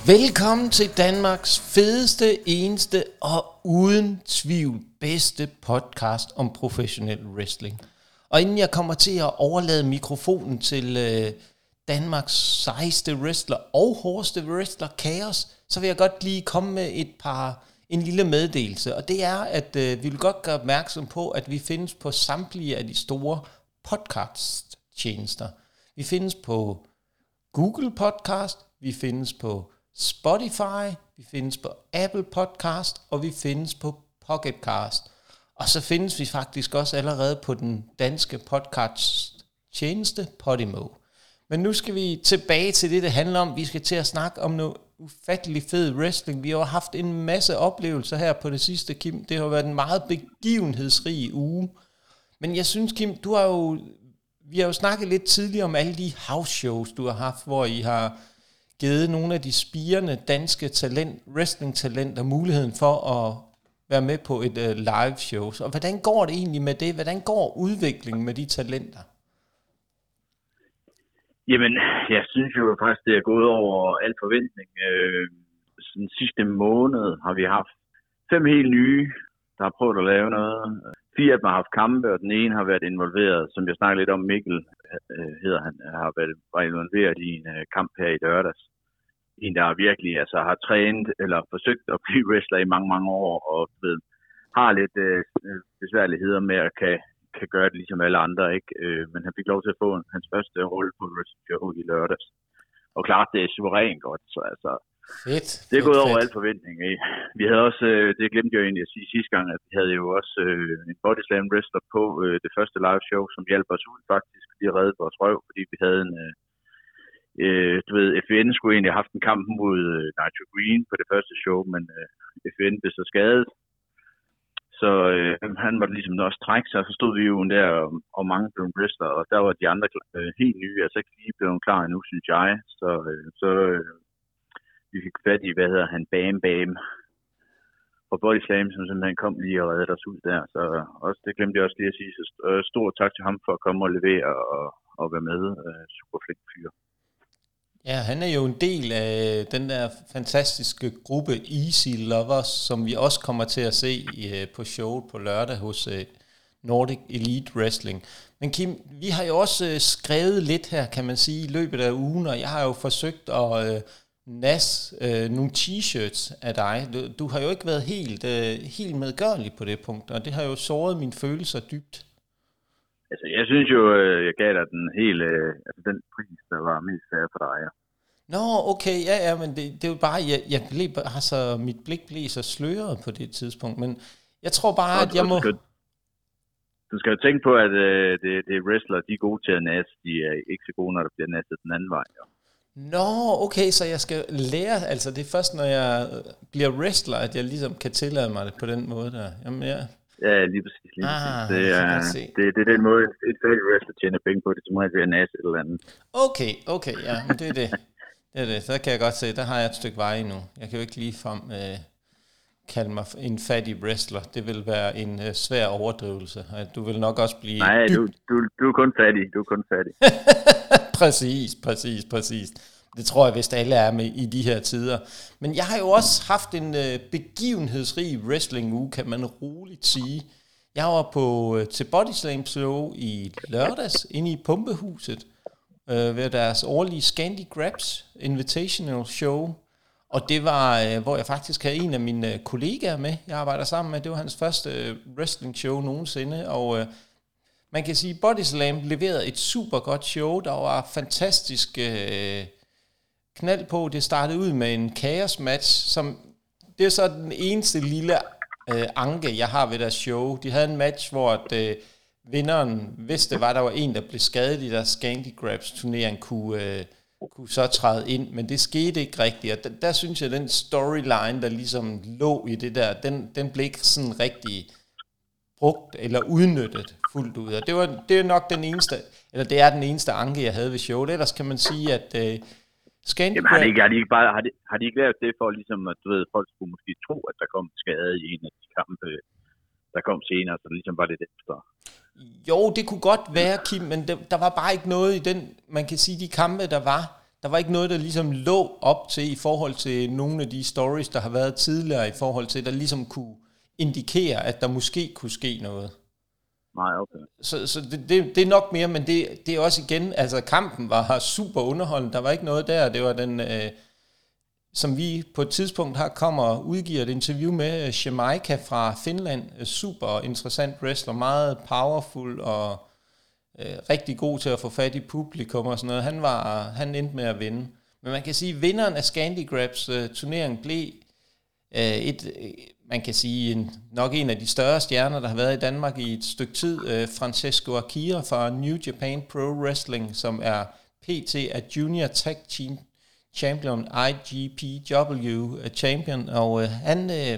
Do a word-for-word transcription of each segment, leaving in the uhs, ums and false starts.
Velkommen til Danmarks fedeste, eneste og uden tvivl bedste podcast om professionel wrestling. Og inden jeg kommer til at overlade mikrofonen til øh, Danmarks sejeste wrestler og hårdeste wrestler, Kaos, så vil jeg godt lige komme med et par, en lille meddelelse. Og det er, at øh, vi vil godt gøre opmærksom på, at vi findes på samtlige af de store podcast-tjenester. Vi findes på Google Podcast, vi findes på Spotify, vi findes på Apple Podcast, og vi findes på Pocket Cast. Og så findes vi faktisk også allerede på den danske podcast tjeneste Podimo. Men nu skal vi tilbage til det, det handler om. Vi skal til at snakke om noget ufattelig fed wrestling. Vi har jo haft en masse oplevelser her på det sidste, Kim. Det har været en meget begivenhedsrig uge. Men jeg synes, Kim, du har jo, vi har jo snakket lidt tidligere om alle de house shows, du har haft, hvor I har givet nogle af de spirende danske talent, wrestling-talenter muligheden for at være med på et uh, live show. Og hvordan går det egentlig med det? Hvordan går udviklingen med de talenter? Jamen, jeg synes jo faktisk, det er gået over al forventning. Øh, den sidste måned har vi haft fem helt nye, der har prøvet at lave noget. Fire af dem har haft kampe, og den ene har været involveret, som jeg snakkede lidt om, Mikkel øh, hedder han, har været var involveret i en øh, kamp her i lørdags. En, der virkelig altså, har trænet eller forsøgt at blive wrestler i mange, mange år, og ved, har lidt øh, besværligheder med at kan, kan gøre det ligesom alle andre, ikke? Øh, men han fik lov til at få hans første rolle på wrestling show i lørdags. Og klart, det er suverænt godt, så altså, fedt, det er fedt, gået fedt. over al forventning. Ikke? Vi havde også, øh, det glemte jeg jo egentlig at sige sidste gang, at vi havde jo også øh, en bodyslam wrestler på øh, det første live show, som hjalp os ud faktisk, de reddede vores røv, fordi vi havde en, øh, øh, du ved, F N skulle egentlig have haft en kamp mod øh, Nitro Green på det første show, men øh, F N blev så skadet, så øh, han måtte ligesom også trække sig, så stod vi jo der og, og mange blev wrestler, og der var de andre øh, helt nye, altså ikke lige blevet klar endnu, synes jeg, så, øh, så øh, vi fik fat i, hvad hedder han, Bam Bam fra Body Slam, som simpelthen kom lige og reddede os ud der. Så også, det glemte jeg også lige at sige. Så stor tak til ham for at komme og levere og, og være med. Super flink fyr. Ja, han er jo en del af den der fantastiske gruppe Easy Lovers, som vi også kommer til at se på showet på lørdag hos Nordic Elite Wrestling. Men Kim, vi har jo også skrevet lidt her, kan man sige, i løbet af ugen, og jeg har jo forsøgt at nas øh, nogle t-shirts af dig. Du, du har jo ikke været helt, øh, helt medgørlig på det punkt, og det har jo såret mine følelser dybt. Altså, jeg synes jo, jeg gav dig den hele, altså den pris, der var mest fair for dig, ja. Nå, okay, ja, ja, men det, det er jo bare, jeg, jeg blev, altså, mit blik blev så sløret på det tidspunkt, men jeg tror bare, Nå, at jeg må... Skal, du skal jo tænke på, at øh, det, det er wrestlere, de er gode til at nasse, de er ikke så gode, når der bliver nasset den anden vej, ja. Nå, okay, så jeg skal lære, altså det er først, når jeg bliver wrestler, at jeg ligesom kan tillade mig det på den måde der. Jamen, ja. Ja, lige præcis. Lige ah, præcis. Det, er, det, det er den måde, et færdig wrestler tjener penge på, det som regel ved at nasse et eller andet. Okay, okay, ja, men det er det. Det er det, så kan jeg godt se, der har jeg et stykke vej endnu. Jeg kan jo ikke ligefrem øh, kalde mig en fattig wrestler. Det vil være en øh, svær overdrivelse. Du vil nok også blive... Nej, du, du, du er kun fattig, du er kun fattig. Præcis, præcis, præcis. Det tror jeg vist alle er med i de her tider. Men jeg har jo også haft en øh, begivenhedsrig wrestling uge, kan man roligt sige. Jeg var på øh, til Body Slam show i lørdags inde i Pumpehuset øh, ved deres årlige Scandi Grabs Invitational show. Og det var, øh, hvor jeg faktisk havde en af mine kollegaer med, jeg arbejder sammen med. Det var hans første øh, wrestling show nogensinde, og øh, man kan sige, Body Slam leverede et super godt show. Der var fantastisk øh, knald på. Det startede ud med en chaos match, som det er så den eneste lille øh, anke, jeg har ved deres show. De havde en match, hvor at, øh, vinderen, hvis det var, der var en, der blev skadet i deres Scandi Grabs turnering, kunne, øh, kunne så træde ind. Men det skete ikke rigtigt. Og der, der synes jeg, den storyline, der ligesom lå i det der, den, den blev ikke sådan rigtig brugt eller udnyttet fuldt ud. Og det var det er nok den eneste, eller det er den eneste anke, jeg havde ved showet. Ellers kan man sige, at uh, Scandi Jamen, har de, ikke, har, de ikke bare, har, de, har de ikke lavet det for, ligesom, at du ved, folk skulle måske tro, at der kom skade i en af de kampe, der kom senere, så det ligesom var lidt ekstra? Jo, det kunne godt være, Kim, men det, der var bare ikke noget i den, man kan sige, de kampe, der var, der var ikke noget, der ligesom lå op til i forhold til nogle af de stories, der har været tidligere i forhold til, der ligesom kunne indikere, at der måske kunne ske noget. Nej, okay. Så, så det, det, det er nok mere, men det, det er også igen, altså kampen var super underholdende, der var ikke noget der, det var den, øh, som vi på et tidspunkt har kommer og udgiver et interview med uh, Jamaica fra Finland, uh, super interessant wrestler, meget powerful og uh, rigtig god til at få fat i publikum og sådan noget. Han, var, han endte med at vinde. Men man kan sige, at vinderen af Scandi Grabs uh, turnering blev uh, et... Uh, man kan sige, en, nok en af de større stjerner, der har været i Danmark i et stykke tid, uh, Francesco Akira fra New Japan Pro Wrestling, som er P T af Junior Tag Team Champion, I G P W uh, Champion, og uh, han, uh,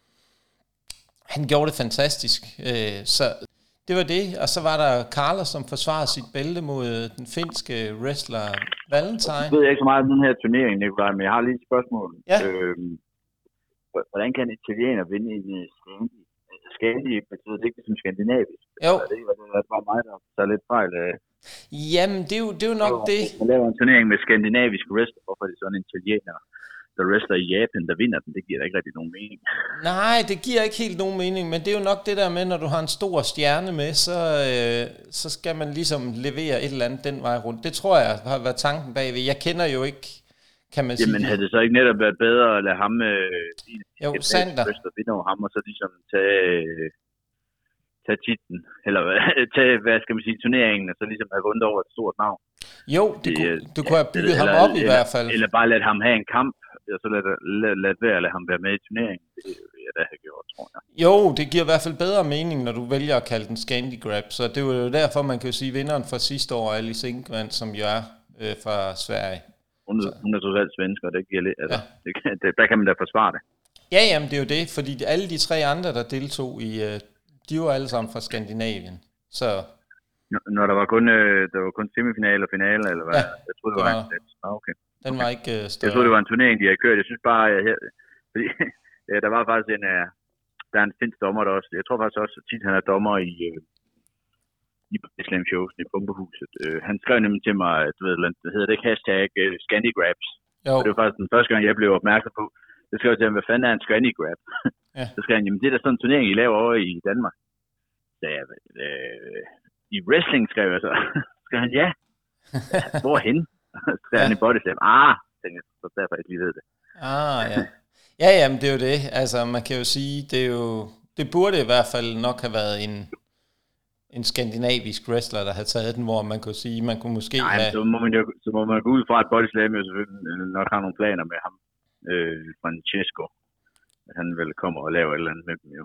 han gjorde det fantastisk. Uh, så det var det, og så var der Carlos, som forsvarede sit bælte mod uh, den finske wrestler Valentine. Jeg ved ikke så meget om den her turnering, Nikolaj, men jeg har lige et spørgsmål. Ja. Øhm, hvordan kan en italiener vinde en Scandi? Scandi betyder det ikke som skandinavisk? Jo. Det var mig, der tager lidt fejl af. Jamen, det er jo, det er jo nok det. Man laver en turnering med skandinavisk wrestler, hvorfor er det sådan en italiener, der wrestler i Japan, der vinder den? Det giver da ikke rigtig nogen mening. Nej, det giver ikke helt nogen mening, men det er jo nok det der med, når du har en stor stjerne med, så, øh, så skal man ligesom levere et eller andet den vej rundt. Det tror jeg har været tanken bagved. Jeg kender jo ikke, kan man sige. Jamen, havde det så ikke netop været bedre at lade ham øh, jo, Sander vinde over ham, og så ligesom tage, øh, tage titlen, eller tage, hvad skal man sige, turneringen, og så ligesom have vundet over et stort navn? Jo, det, det kunne, du kunne have bygget eller, ham op eller, i hvert fald. Eller bare lade ham have en kamp, og så lade, lade, lade være at lade ham være med i turneringen. Det vil jeg da have gjort, tror jeg. Jo, det giver i hvert fald bedre mening, når du vælger at kalde den Scandi Grab, så det er jo derfor, man kan sige, vinderen fra sidste år, Alice Ingvand, som jo er øh, fra Sverige. Hun, hun er totalt svensker, og det giver lidt, altså, ja. det, det, der kan man da forsvare det. Ja, jamen det er jo det, fordi alle de tre andre, der deltog i, de var alle sammen fra Skandinavien. Så når, når der var kun øh, der var kun semifinale og finale, eller hvad? Ja, jeg troede det var, var en ah, okay. Den okay. var ikke uh, større. Jeg troede det var en turnering, de havde kørt. Jeg synes bare, jeg, fordi ja, der var faktisk en uh, der er en finsk dommer der også. Jeg tror faktisk også, at tit han er dommer i uh, i Islam Shows i Pumpehuset. Uh, han skrev nemlig til mig, du ved, det hedder det ikke hashtag uh, Scandi Grabs. Og det var faktisk den første gang, jeg blev opmærksom på. Det skrev til ham, hvad fanden er en Scandi Grab? Ja. Så skrev han, jamen det er da sådan en turnering, I laver over i Danmark. Så jeg, øh, i wrestling skrev jeg så. Så skrev han, ja. Hvorhen? Så skrev han i Bodyslam. Ah, tænkte jeg, så derfor jeg ikke lige ved det. Ah, ja. Ja, jamen det er jo det. Altså, man kan jo sige, det er jo, det burde i hvert fald nok have været en, en skandinavisk wrestler, der havde taget den, hvor man kunne sige, man kunne måske Nej, have... så må man jo så må man gå ud fra, at Bodyslam jo selvfølgelig nok har nogle planer med ham. Øh, Francesco. Han vel kommer og laver et eller andet med dem jo.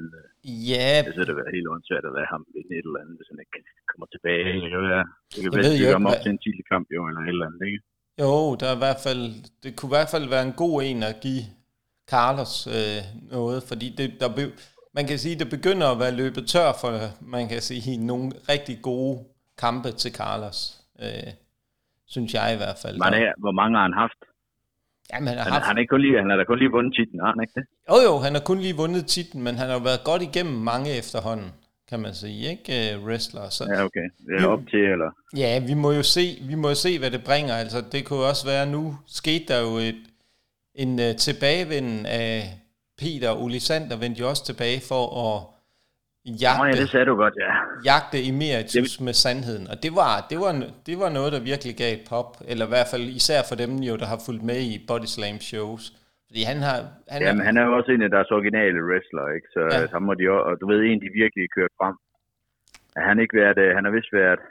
Ja. Det så det være helt åndssvært at lade ham vinde et eller andet, hvis han ikke kommer tilbage. Det kan være, det kan være, at komme op til en tidlig kamp jo, eller et eller andet, ikke? Jo, der er i hvert fald, det kunne i hvert fald være en god en at give Carlos øh, noget, fordi det, der be, man kan sige, det begynder at være løbet tør for, man kan sige, nogle rigtig gode kampe til Carlos. Øh, synes jeg i hvert fald. Men det, hvor mange har han haft? Jamen, han, har han, haft... han, er ikke kun lige, han har da kun lige vundet titlen, har han ikke det? Jo jo, han har kun lige vundet titlen, men han har jo været godt igennem mange efterhånden, kan man sige, ikke? Uh, wrestler. Så... Ja, okay. Det er op til, eller? Ja, vi må jo se, vi må jo se, hvad det bringer. Altså, det kunne også være, nu skete der jo et, en uh, tilbagevenden af Peter Olisander, vendte jo også tilbage for at jagte, oh, ja, det sagde du godt, ja. jagte emeritus det... med sandheden. Og det var, det, var, det var noget, der virkelig gav et pop. Eller i hvert fald især for dem, jo, der har fulgt med i Bodyslam shows. Fordi han har... Han Jamen, er... han er jo også en af deres originale wrestler, ikke? Så ja. Han må de også, og du ved, en de virkelig kørt frem. At han ikke været... Han har vist været...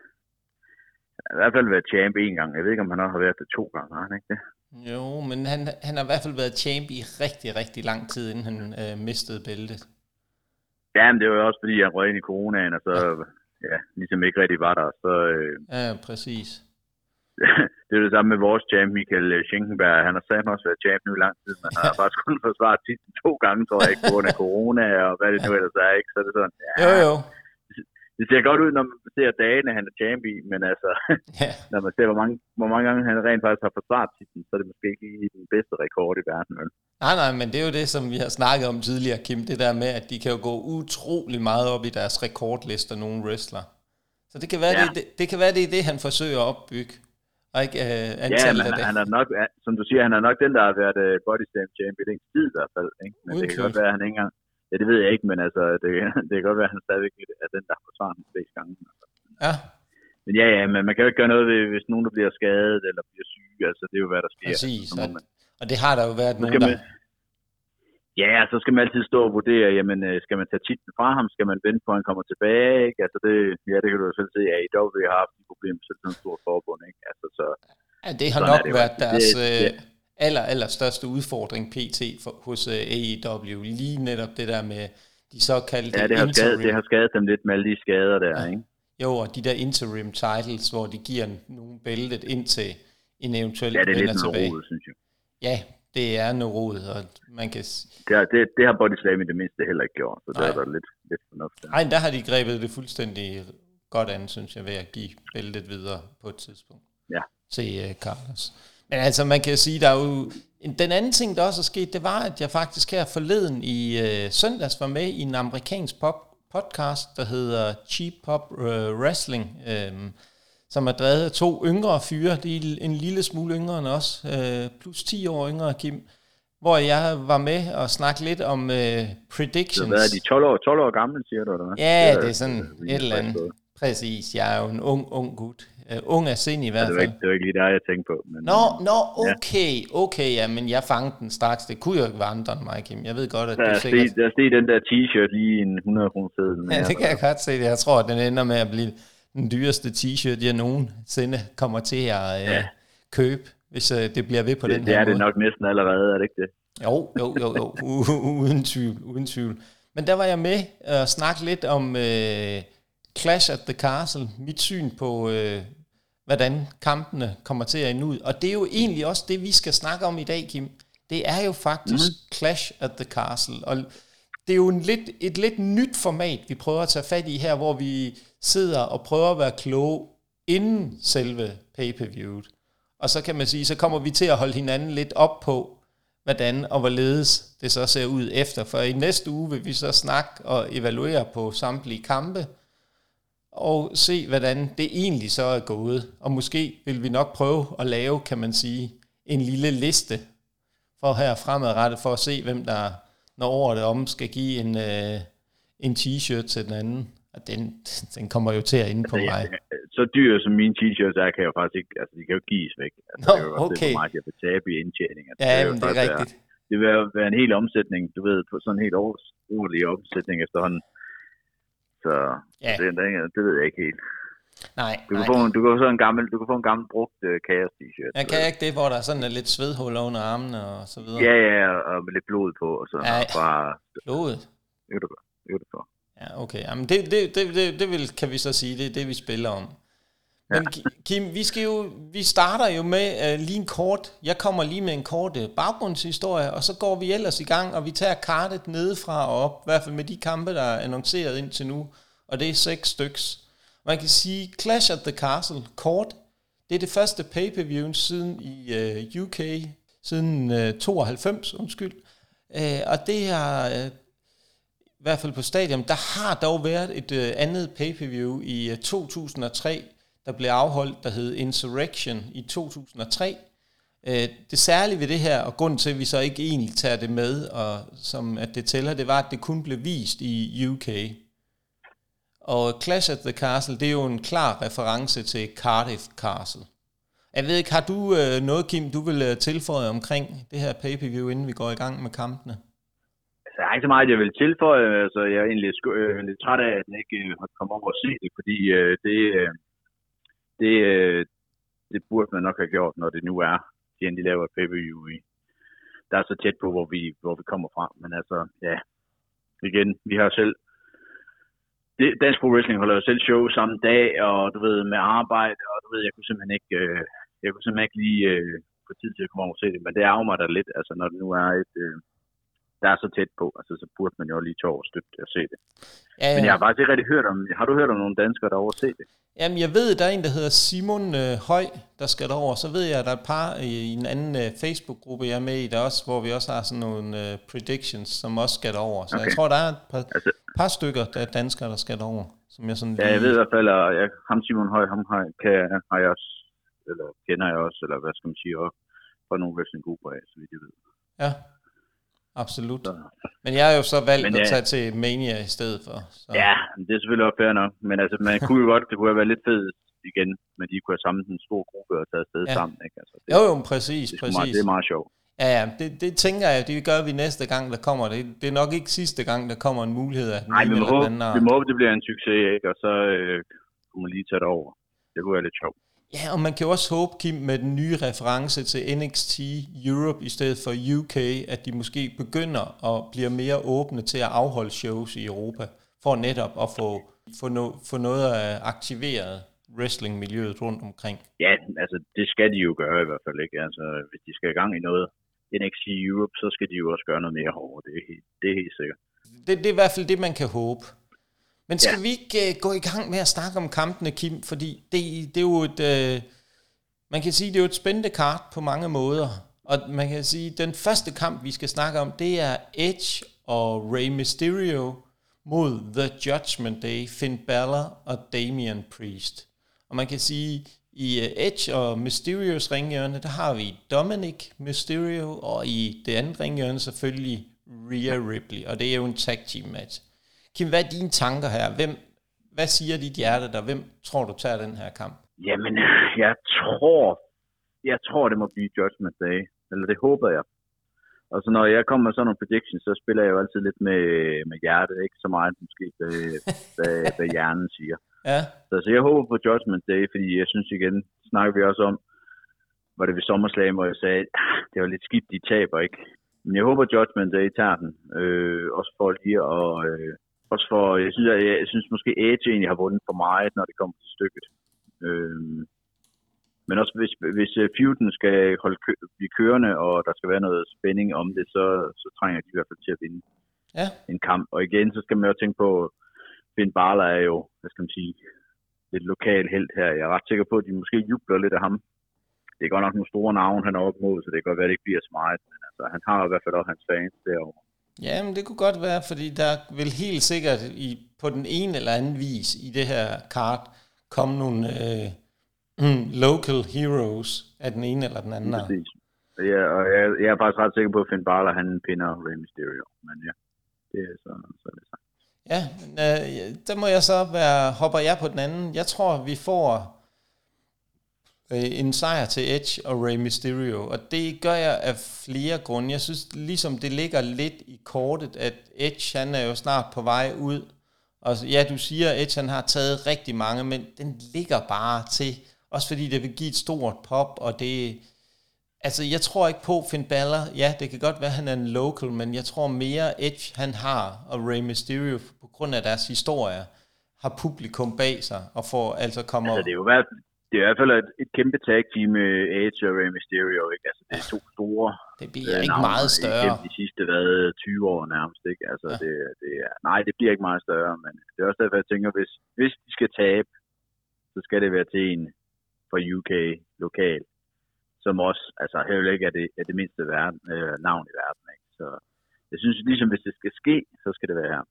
I hvert fald været champ en gang. Jeg ved ikke, om han også har været det to gange, har han ikke det? Jo, men han, han har i hvert fald været champ i rigtig, rigtig lang tid, inden han øh, mistede bæltet. Ja, men det var jo også, fordi han røg ind i coronaen, og så ja. Ja, ligesom ikke rigtig var der. Så, øh, ja, præcis. Det er det samme med vores champ, Michael Schenkenberg. Han har sagt også været champ nu i lang tid, men han har bare kun forsvaret titlen to gange, tror jeg, ikke, på grund af corona, og hvad det nu ellers er, ikke? Så er det sådan, ja. Jo, jo. Det ser godt ud, når man ser dagene, han er champ i, men altså, ja. Når man ser, hvor mange, hvor mange gange han rent faktisk har forsvaret titlen, så er det måske ikke lige den bedste rekord i verden, vel? Nej, nej, men det er jo det, som vi har snakket om tidligere, Kim, det der med, at de kan jo gå utrolig meget op i deres rekordlister, nogle wrestler. Så det kan være, ja. det, det, det kan være, det er det, han forsøger at opbygge. og ikke øh, antallet ja, af det. Han er nok, som du siger, han er nok den, der har været uh, body slam champion i tid i hvert fald. Ikke? Men uden det kan tvivl. Godt være, at han ikke engang... Ja, det ved jeg ikke, men altså, det, det kan godt være, at han stadigvæk er den, der har forsvaret den flest gange. Ja. Men ja, ja, men man kan jo ikke gøre noget ved, hvis nogen der bliver skadet eller bliver syge. Altså, det er jo, hvad der sker. Præcis, altså, og, man... og det har der jo været nogen, man... der... Ja, så skal man altid stå og vurdere, jamen, skal man tage titlen fra ham? Skal man vente på, at han kommer tilbage? Ikke? Altså, det, ja, det kan du jo selv se, at A E W har haft de problemer, selv sådan et stort forbund, ikke? Altså, så... Ja, det har nok det været jo. Deres det, det, aller, aller største udfordring P T for, hos uh, A E W. Lige netop det der med de såkaldte ja, det har, skadet, det har skadet dem lidt med alle de skader der, ja. Ikke? Jo, og de der interim titles, hvor de giver nogen bæltet ind til en eventuel ja, det er vinder lidt tilbage. Rod, synes jeg. Ja, det er noget rod, og man kan... Det har, det, det har Body Slam i det mindste heller ikke gjort, så der er der lidt, lidt fornuftigt. Nej, der har de grebet det fuldstændig godt an, synes jeg, ved at give bæltet videre på et tidspunkt. Ja. Til uh, Carlos. Men altså, man kan sige, der er jo... Den anden ting, der også er sket, det var, at jeg faktisk her forleden i uh, søndags var med i en amerikansk pop podcast, der hedder Cheap Pop uh, Wrestling, um, som er drevet af to yngre fyre, de er en lille smule yngre end os, uh, plus ti år yngre, Kim, hvor jeg var med og snakke lidt om uh, predictions. Hvad er de tolv år, tolv år gamle, siger du, eller hvad? Ja, det er, det er sådan det er et eller andet. Præcis, jeg er jo en ung, ung gut. Uh, ung af sind i hvert fald. Ja, det, var ikke, det var ikke lige der, jeg tænkte på. Men, nå, nå, okay, ja. okay, ja, men jeg fangede den straks. Det kunne jo ikke være andre end mig, Kim. Jeg ved godt, at der du sikkert... Der steg den der t-shirt lige en hundrede kroner seddel. Ja, det kan jeg godt se. Jeg tror, at den ender med at blive den dyreste t-shirt, jeg nogensinde kommer til at øh, ja. købe, hvis øh, det bliver ved på det, den det her måde. måde. Det er det nok næsten allerede, er det ikke det? Jo, jo, jo, jo. U- uden tvivl, uden tvivl. Men der var jeg med og snakke lidt om øh, Clash at the Castle, mit syn på, øh, hvordan kampene kommer til at ende ud. Og det er jo egentlig også det, vi skal snakke om i dag, Kim. Det er jo faktisk mm. Clash at the Castle. Og det er jo en lidt, et lidt nyt format, vi prøver at tage fat i her, hvor vi sidder og prøver at være kloge inden selve pay-per-viewet. Og så kan man sige, så kommer vi til at holde hinanden lidt op på, hvordan og hvorledes det så ser ud efter. For i næste uge vil vi så snakke og evaluere på samtlige kampe, og se, hvordan det egentlig så er gået. Og måske vil vi nok prøve at lave, kan man sige, en lille liste for her fremadrettet, for at se, hvem der, når året om, skal give en, øh, en t-shirt til den anden. Og den, den kommer jo til at inde på altså, mig. Ja, så dyr som mine t-shirts er, kan jeg jo faktisk ikke, altså de kan jo gives væk. Altså, Nå, det er jo også okay. det, for mig, jeg vil tabe i indtjening. Altså, ja, det er, men det er rigtigt. Være, det vil være en hel omsætning, du ved, på sådan en helt årlig omsætning efterhånden. Så ja. det, det, det ved jeg ikke helt. Nej, du kan nej. få en, du kan få en gammel, du kan få en gammel brugt uh, kaos t-shirt. Ja, kan jeg ikke det, hvor der er sådan lidt svedhul under armene og så videre? Ja, ja, og med lidt blod på og sådan. Ja, og bare, blodet? Det kan du gøre. Det kan du gøre. Ja, okay. Jamen det, det, det, det, det vil, kan vi så sige, det er det, vi spiller om. Men ja. Kim, vi, skal jo, vi starter jo med uh, lige en kort, jeg kommer lige med en kort uh, baggrundshistorie, og så går vi ellers i gang, og vi tager kartet nedefra og op, i hvert fald med de kampe, der er annonceret indtil nu, og det er seks styks. Man kan sige, Clash at the Castle, kort, det er det første pay-per-view siden i uh, U K, siden uh, tooghalvfems, undskyld, uh, og det er... Uh, i hvert fald på stadion, der har dog været et øh, andet pay-per-view i øh, to tusind og tre, der blev afholdt, der hed Insurrection i to tusind og tre. Øh, det særlige ved det her, og grunden til, at vi så ikke egentlig tager det med, og som at det tæller, det var, at det kun blev vist i U K. Og Clash at the Castle, det er jo en klar reference til Cardiff Castle. Jeg ved ikke, har du øh, noget, Kim, du vil øh, tilføje omkring det her pay-per-view, inden vi går i gang med kampene? Der er ikke så meget, jeg vil tilføje. Altså, jeg er egentlig øh, lidt træt af, at den ikke øh, har kommet over at se det, fordi øh, det, øh, det, øh, det burde man nok have gjort, når det nu er, siden de laver et pay-per-view i. Der er så tæt på, hvor vi, hvor vi kommer fra. Men altså, ja, igen, vi har selv... Det, Dansk Pro Wrestling holder jo selv show samme dag, og du ved, med arbejde, og du ved, jeg kunne simpelthen ikke, øh, jeg kunne simpelthen ikke lige øh, få tid til at komme over og se det, men det ærger mig da lidt, altså når det nu er et... Øh, der er så tæt på, altså så burde man jo lige tage over og støtte og se det. Ja, ja. Men jeg har faktisk ikke rigtig hørt om, har du hørt om nogle danskere, der over se det? Jamen jeg ved, der er en, der hedder Simon øh, Høj, der skal derover. Så ved jeg, at der er et par i, i en anden øh, Facebook-gruppe, jeg er med i, der også, hvor vi også har sådan nogle øh, predictions, som også skal derover. Så okay. Jeg tror, der er et par, altså, par stykker, der er danskere, der skal derover. Som jeg sådan ja, lige... jeg ved i hvert fald, at jeg, ham Simon Høj, ham har, kan, har jeg også eller kender jeg også, eller hvad skal man sige, også fra nogle wrestlinggrupper af, så vidt jeg ved. Ja, absolut. Så. Men jeg har jo så valgt men, at tage ja, til Mania i stedet for. Så. Ja, det er selvfølgelig også fair nok, men altså, man kunne jo godt, det kunne have været lidt fedt igen, men de kunne have samlet en stor gruppe og taget afsted ja. sammen, ikke? Altså, det, jo, jo, præcis, det præcis. Meget, det er meget sjovt. Ja, ja, det, det tænker jeg, det gør vi næste gang, der kommer. Det, det er nok ikke sidste gang, der kommer en mulighed af den Nej, ene vi må, eller håbe, den anden. vi må håbe, det bliver en succes, ikke? Og så øh, kunne man lige tage det over. Det kunne være lidt sjovt. Ja, og man kan jo også håbe, Kim, med den nye reference til N X T Europe i stedet for U K, at de måske begynder at blive mere åbne til at afholde shows i Europa, for netop at få, få, no, få noget af aktiveret wrestling-miljøet rundt omkring. Ja, altså det skal de jo gøre i hvert fald, ikke? Altså hvis de skal i gang i noget N X T Europe, så skal de jo også gøre noget mere hårdere, det er helt, det er helt sikkert. Det, det er i hvert fald det, man kan håbe. Men skal ja. vi ikke uh, gå i gang med at snakke om kampene, Kim? Fordi det, det er jo et, uh, man kan sige, det er jo et spændende kart på mange måder. Og man kan sige, den første kamp, vi skal snakke om, det er Edge og Rey Mysterio mod The Judgment Day, Finn Balor og Damian Priest. Og man kan sige, i uh, Edge og Mysterios ringhjørne, der har vi Dominic Mysterio, og i det andet ringhjørne selvfølgelig Rhea Ripley. Og det er jo en tag team match. Kim, hvad er dine tanker her? Hvem, hvad siger dit hjerte der? Hvem tror du tager den her kamp? Jamen, jeg tror, jeg tror det må blive Judgment Day. Eller det håber jeg. Og så når jeg kommer med sådan nogle predictions, så spiller jeg jo altid lidt med, med hjertet. Ikke så meget måske, hvad, hvad, hvad hjernen siger. Ja. Så, så jeg håber på Judgment Day, fordi jeg synes igen, snakker vi også om, var det ved SummerSlam, hvor jeg sagde, det var lidt skidt, de taber, ikke? Men jeg håber Judgment Day tager den. Øh, også for lige at... Øh, Også for, jeg synes, jeg, jeg synes måske Edge egentlig har vundet for meget, når det kommer til stykket. Øhm, men også hvis, hvis feuden skal holde kø, blive kørende, og der skal være noget spænding om det, så, så trænger de i hvert fald til at vinde ja. en kamp. Og igen, så skal man jo tænke på, Finn Balor er jo, hvad skal man sige, lidt lokal helt her. Jeg er ret sikker på, at de måske jubler lidt af ham. Det er godt nok nogle store navne, han er op mod, så det kan godt være, at det ikke bliver så meget. Men altså, han har i hvert fald også hans fans derovre. Ja, men det kunne godt være, fordi der vil helt sikkert i, på den ene eller anden vis i det her kart komme nogle øh, local heroes af den ene eller den anden. Præcis. Ja, og jeg, jeg er faktisk ret sikker på, at Finn Balor, han pinder Rey Mysterio. Men ja, det er så, så er det sagt. Ja, men, øh, der må jeg så være, hopper jeg på den anden. Jeg tror, vi får en sejr til Edge og Rey Mysterio, og det gør jeg af flere grunde. Jeg synes ligesom det ligger lidt i kortet, at Edge han er jo snart på vej ud, og ja, du siger at Edge han har taget rigtig mange, men den ligger bare til, også fordi det vil give et stort pop, og det, altså jeg tror ikke på Finn Balor, ja det kan godt være han er en local, men jeg tror mere Edge han har, og Rey Mysterio på grund af deres historie, har publikum bag sig, og får altså kommer... Altså det er jo været Det er i hvert fald et, et kæmpe tag team med Edge og Rey Mysterio, ikke? Altså, det er to store... Det bliver øh, ikke meget større. De sidste, hvad, tyve år nærmest, ikke? Altså, ja. det, det er, nej, det bliver ikke meget større, men det er også derfor, jeg tænker, hvis, hvis de skal tabe, så skal det være til en fra U K lokal, som også, altså, heller ikke er det, er det mindste verden, øh, navn i verden, ikke? Så jeg synes, ligesom hvis det skal ske, så skal det være her.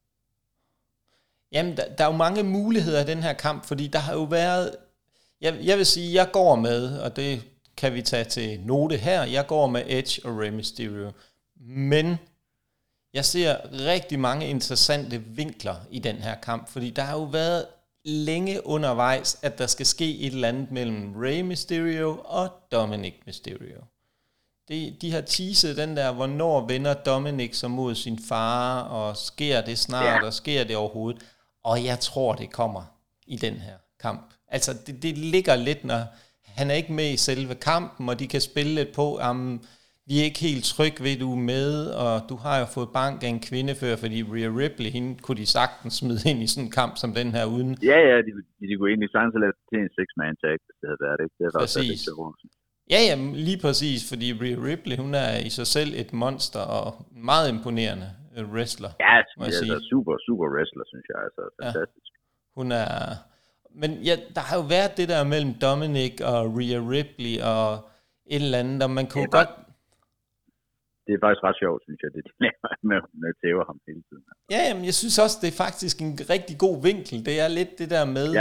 Jamen, der, der er jo mange muligheder i den her kamp, fordi der har jo været... Jeg, jeg vil sige, jeg går med, og det kan vi tage til note her, jeg går med Edge og Rey Mysterio. Men jeg ser rigtig mange interessante vinkler i den her kamp, fordi der har jo været længe undervejs, at der skal ske et eller andet mellem Rey Mysterio og Dominic Mysterio. De, de har teaset den der, hvornår vender Dominic sig mod sin far, og sker det snart, ja. og sker det overhovedet. Og jeg tror, det kommer i den her kamp. Altså, det, det ligger lidt, når han er ikke med i selve kampen, og de kan spille lidt på, um, vi er ikke helt trygge ved, du er med, og du har jo fået bank af en kvinde før, fordi Rhea Ripley, hende kunne de sagtens smide ind i sådan en kamp som den her uden. Ja, ja, de, de, de kunne egentlig sagtens lade til en six-man tag, hvis det havde været det. Det præcis. Ja, ja, lige præcis, fordi Rhea Ripley, hun er i sig selv et monster, og meget imponerende wrestler. Ja, det er altså super, super wrestler, synes jeg, altså fantastisk. Ja. Hun er... Men ja, der har jo været det der mellem Dominic og Rhea Ripley og et eller andet, og man kunne godt... Det er faktisk ret sjovt, synes jeg, det de laver med, med at tæve ham hele tiden. Ja, jamen, jeg synes også, det er faktisk en rigtig god vinkel. Det er lidt det der med, ja.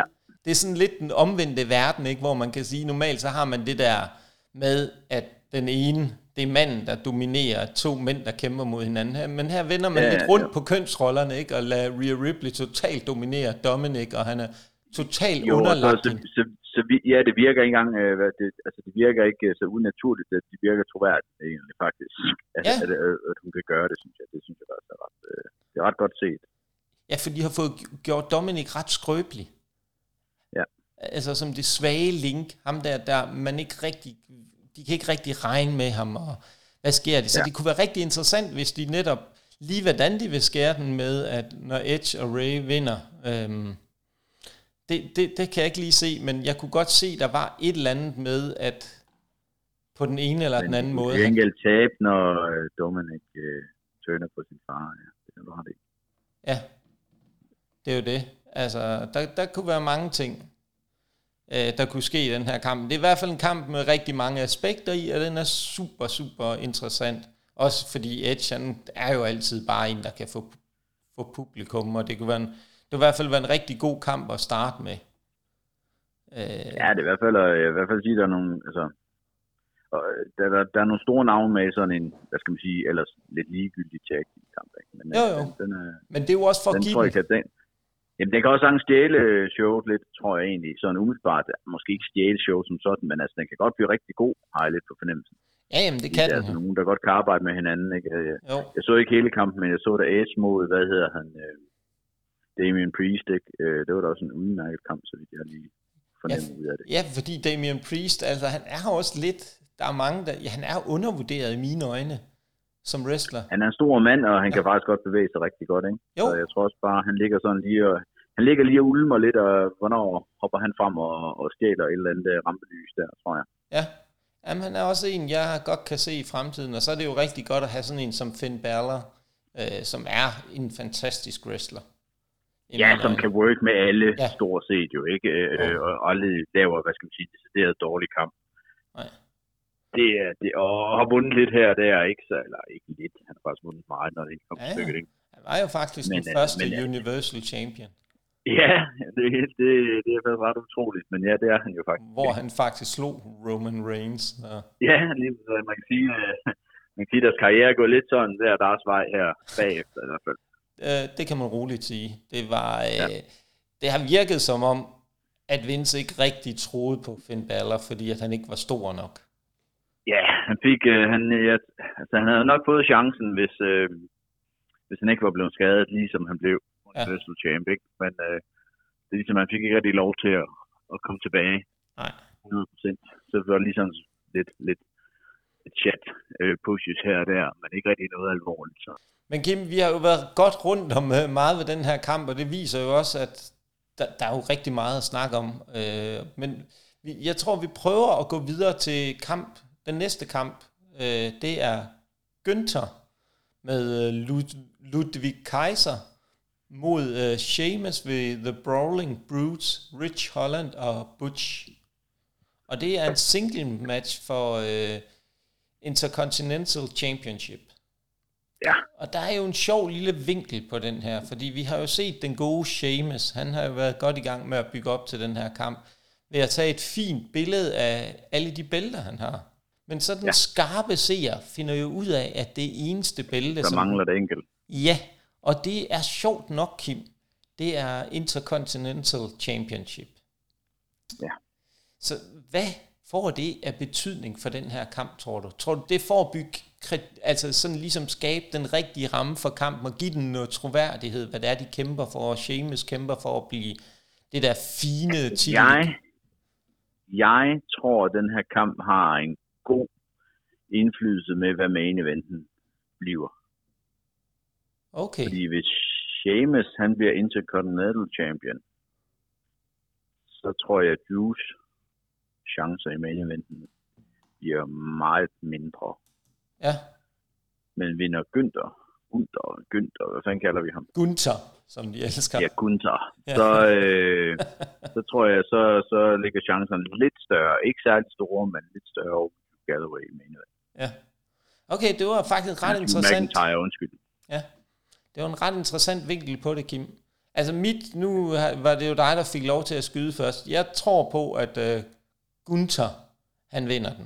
det er sådan lidt den omvendte verden, ikke? Hvor man kan sige, normalt så har man det der med, at den ene, det er manden, der dominerer to mænd, der kæmper mod hinanden. Men her vender man ja, lidt rundt ja. på kønsrollerne, ikke? Og lader Rhea Ripley totalt dominere Dominic, og han er totalt jo, underlagt. Så, så, så, vi, ja, det virker ikke engang, øh, det, altså det virker ikke så unaturligt, at det virker troværdigt egentlig faktisk, at, ja. at, at, at hun kan gøre det, synes jeg. Det synes jeg også er ret, øh, det er ret godt set. Ja, for de har fået gjort Dominic ret skrøbelig. Ja. Altså som det svage link, ham der, der man ikke rigtig, de kan ikke rigtig regne med ham, og hvad sker det? Så ja. det kunne være rigtig interessant, hvis de netop, lige hvordan de vil skære den med, at når Edge og Ray vinder, øhm, det, det, det kan jeg ikke lige se, men jeg kunne godt se, der var et eller andet med, at på den ene eller men den anden måde... Det er enkelt tab, når uh, Dominic uh, tørner på sin far, ja. Det er du har det. Ja, det er jo det. Altså, der, der kunne være mange ting, øh, der kunne ske i den her kamp. Det er i hvert fald en kamp med rigtig mange aspekter i, og den er super, super interessant. Også fordi Edge, han er jo altid bare en, der kan få, få publikum, og det kunne være en, det kunne i hvert fald være en rigtig god kamp at starte med. Øh. Ja, det er i hvert fald, jeg vil i hvert fald sige, at der er nogle, altså, der, der, der er nogle store navne med sådan en, hvad skal man sige, ellers lidt ligegyldig tag i kamp. Men, jo, jo. Den, den er, men det er jo også for at give tror, jeg, den. Jamen, den kan også sagtens stjæle showet lidt, tror jeg egentlig. Sådan umiddelbart, måske ikke stjæle show som sådan, men altså, den kan godt blive rigtig god, har jeg lidt på fornemmelsen. Ja, jamen, det kan den. Der er altså nogen, der godt kan arbejde med hinanden, ikke? Jeg, jo. jeg så ikke hele kampen, men jeg så der Edge mod, hvad hedder han, øh, Damian Priest, ikke? Øh, det var da også en udmærket kamp, så vidt jeg lige fornemmer ja, ud af det. Ja, fordi Damian Priest, altså, han er også lidt, der er mange, der, ja, han er undervurderet i mine øjne. Som wrestler. Han er en stor mand, og han ja. kan faktisk godt bevæge sig rigtig godt, ikke? Jo. Så jeg tror også bare, han ligger sådan lige og, han ligger lige og ulmer lidt, og hvornår hopper han frem og, og stjæler et eller andet rampelys der, tror jeg. Ja, jamen, han er også en, jeg godt kan se i fremtiden, og så er det jo rigtig godt at have sådan en som Finn Balor, øh, som er en fantastisk wrestler. Ja, som øjne. Kan work med alle, ja. Stort set jo, ikke? Ja. Øh, og aldrig laver, hvad skal man sige, decideret dårlig kamp. Nej. Det er det, og har vundet lidt her, det er ikke så, eller ikke lidt, han har faktisk vundet meget, når det ikke kom til stykket, ikke? Han var jo faktisk men, den første men, Universal Champion. Ja, det, det, det er faktisk ret utroligt, men ja, det er han jo faktisk. Hvor han faktisk slog Roman Reigns. Og... Ja, lige så man kan sige, man kan sige, at deres karriere er gået lidt sådan der, deres vej her bagefter i hvert fald. Øh, det kan man roligt sige. Det var, ja. øh, det har virket som om, at Vince ikke rigtig troede på Finn Balor, fordi at han ikke var stor nok. Ja, han fik, øh, han, ja, altså han havde nok fået chancen, hvis, øh, hvis han ikke var blevet skadet, ligesom han blev Universal ja. Champ, ikke? Men øh, det er ligesom, han fik ikke rigtig lov til at, at komme tilbage. Nej. hundrede procent. Så det var ligesom lidt, lidt et chat øh, pushes her og der, men ikke rigtig noget alvorligt. Så. Men Kim, vi har jo været godt rundt om øh, meget ved den her kamp, og det viser jo også, at der, der er jo rigtig meget at snakke om. Øh, men vi, jeg tror, vi prøver at gå videre til kamp. Den næste kamp, øh, det er Günther med øh, Lud- Ludwig Kaiser mod øh, Sheamus ved The Brawling Brutes, Rich Holland og Butch. Og det er en single match for øh, Intercontinental Championship. Ja. Og der er jo en sjov lille vinkel på den her, fordi vi har jo set den gode Sheamus, han har jo været godt i gang med at bygge op til den her kamp, ved at tage et fint billede af alle de bælter, han har. Men så den ja. skarpe seer finder jo ud af, at det eneste bælte... Der som, mangler det enkelt. Ja, og det er sjovt nok, Kim. Det er Intercontinental Championship. Ja. Så hvad får det af betydning for den her kamp, tror du? Tror du, det får at bygge, altså sådan ligesom skabe den rigtige ramme for kampen og give den noget troværdighed, hvad det er, de kæmper for, og Sheamus kæmper for at blive det der fine titel? Jeg, jeg tror, at den her kamp har en god indflydelse med, hvad main eventen bliver. Okay. Fordi hvis Sheamus, han bliver Intercontinental Champion, så tror jeg, at Juice chancer i main eventen bliver meget mindre. Ja. Men vinder Günther, Gunther, Günther, hvad fanden kalder vi ham? Gunther, som de elsker. Ja, Gunther. Ja. Så, øh, så tror jeg, så, så ligger chancerne lidt større. Ikke særlig store, men lidt større over Galloway i main event. Ja. Okay, det var faktisk ret ja, interessant. McIntyre, undskyld. Ja. Det var en ret interessant vinkel på det, Kim. Altså mit, nu var det jo dig, der fik lov til at skyde først. Jeg tror på, at uh, Gunther, han vinder den.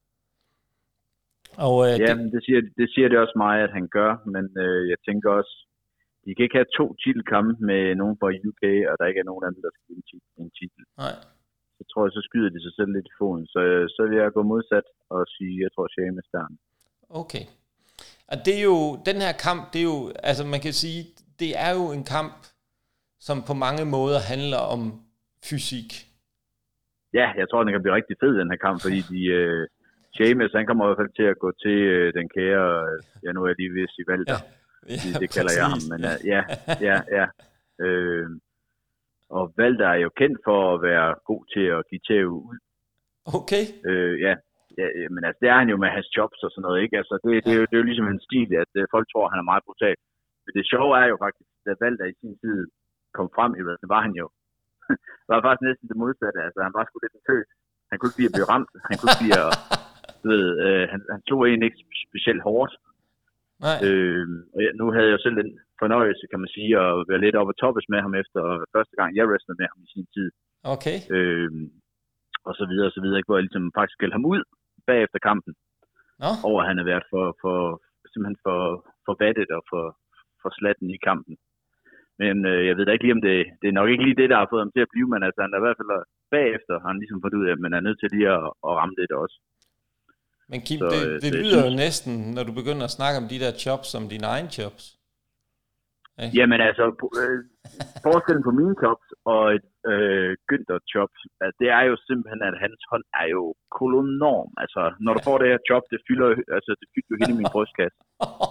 Og, uh, ja, det... det, siger, det siger det også mig, at han gør, men uh, jeg tænker også, de kan ikke have to titelkampe med nogen fra U K, og der ikke er nogen anden, der skal vinde en titel. Nej. Så tror jeg, så skyder de sig selv lidt i foden. Så, så vil jeg gå modsat og sige, jeg tror, Sheamus der. Okay. Og det er jo, den her kamp, det er jo, altså man kan sige, det er jo en kamp, som på mange måder handler om fysik. Ja, jeg tror, den kan blive rigtig fed, den her kamp, fordi de, uh, Sheamus, han kommer i hvert fald til at gå til uh, den kære, ja, nu er jeg lige ved at sige Walter. Ja. Ja, det, det kalder jeg ham, men uh, ja, ja, ja. Øh, og Walter er jo kendt for at være god til at give tæv ud. Okay. Øh, ja, ja, men altså, det er han jo med hans jobs og sådan noget, ikke? Altså, det, det, er, jo, det er jo ligesom en stil, at uh, folk tror, at han er meget brutal. Men det sjove er jo faktisk, da Walter i sin tid kom frem i wrestling, var han jo, var faktisk næsten det modsatte. Altså, han var sgu lidt en tøs. Han kunne ikke lide at blive ramt. Han kunne ikke lide at, du ved, øh, han, han slog egentlig ikke specielt hårdt. Nej. Øh, og jeg, nu havde jeg jo selv en fornøjelse, kan man sige, at være lidt oppe og toppes med ham efter første gang, jeg wrestlede med ham i sin tid. Okay. Øh, og så videre, og så videre, hvor jeg ligesom faktisk skældte ham ud bagefter kampen. Nå. Over at han har været for, for, simpelthen for, for vattet og for, for slatten i kampen. Men øh, jeg ved da ikke lige, om det, det er nok ikke lige det, der har fået ham til at blive, men altså han er i hvert fald bagefter, har han ligesom fået ud af, at man er nødt til lige at, at ramme det også. Men Kim, så, det, det så, lyder synes... jo næsten, når du begynder at snakke om de der chops, som dine egne chops. Okay. Jamen altså, øh, forskellen på mine chops og et øh, Günther chops, altså, det er jo simpelthen, at hans hånd er jo kolonorm. Altså, når du får det her chop, det fylder, altså, det fylder jo hele min brystkasse.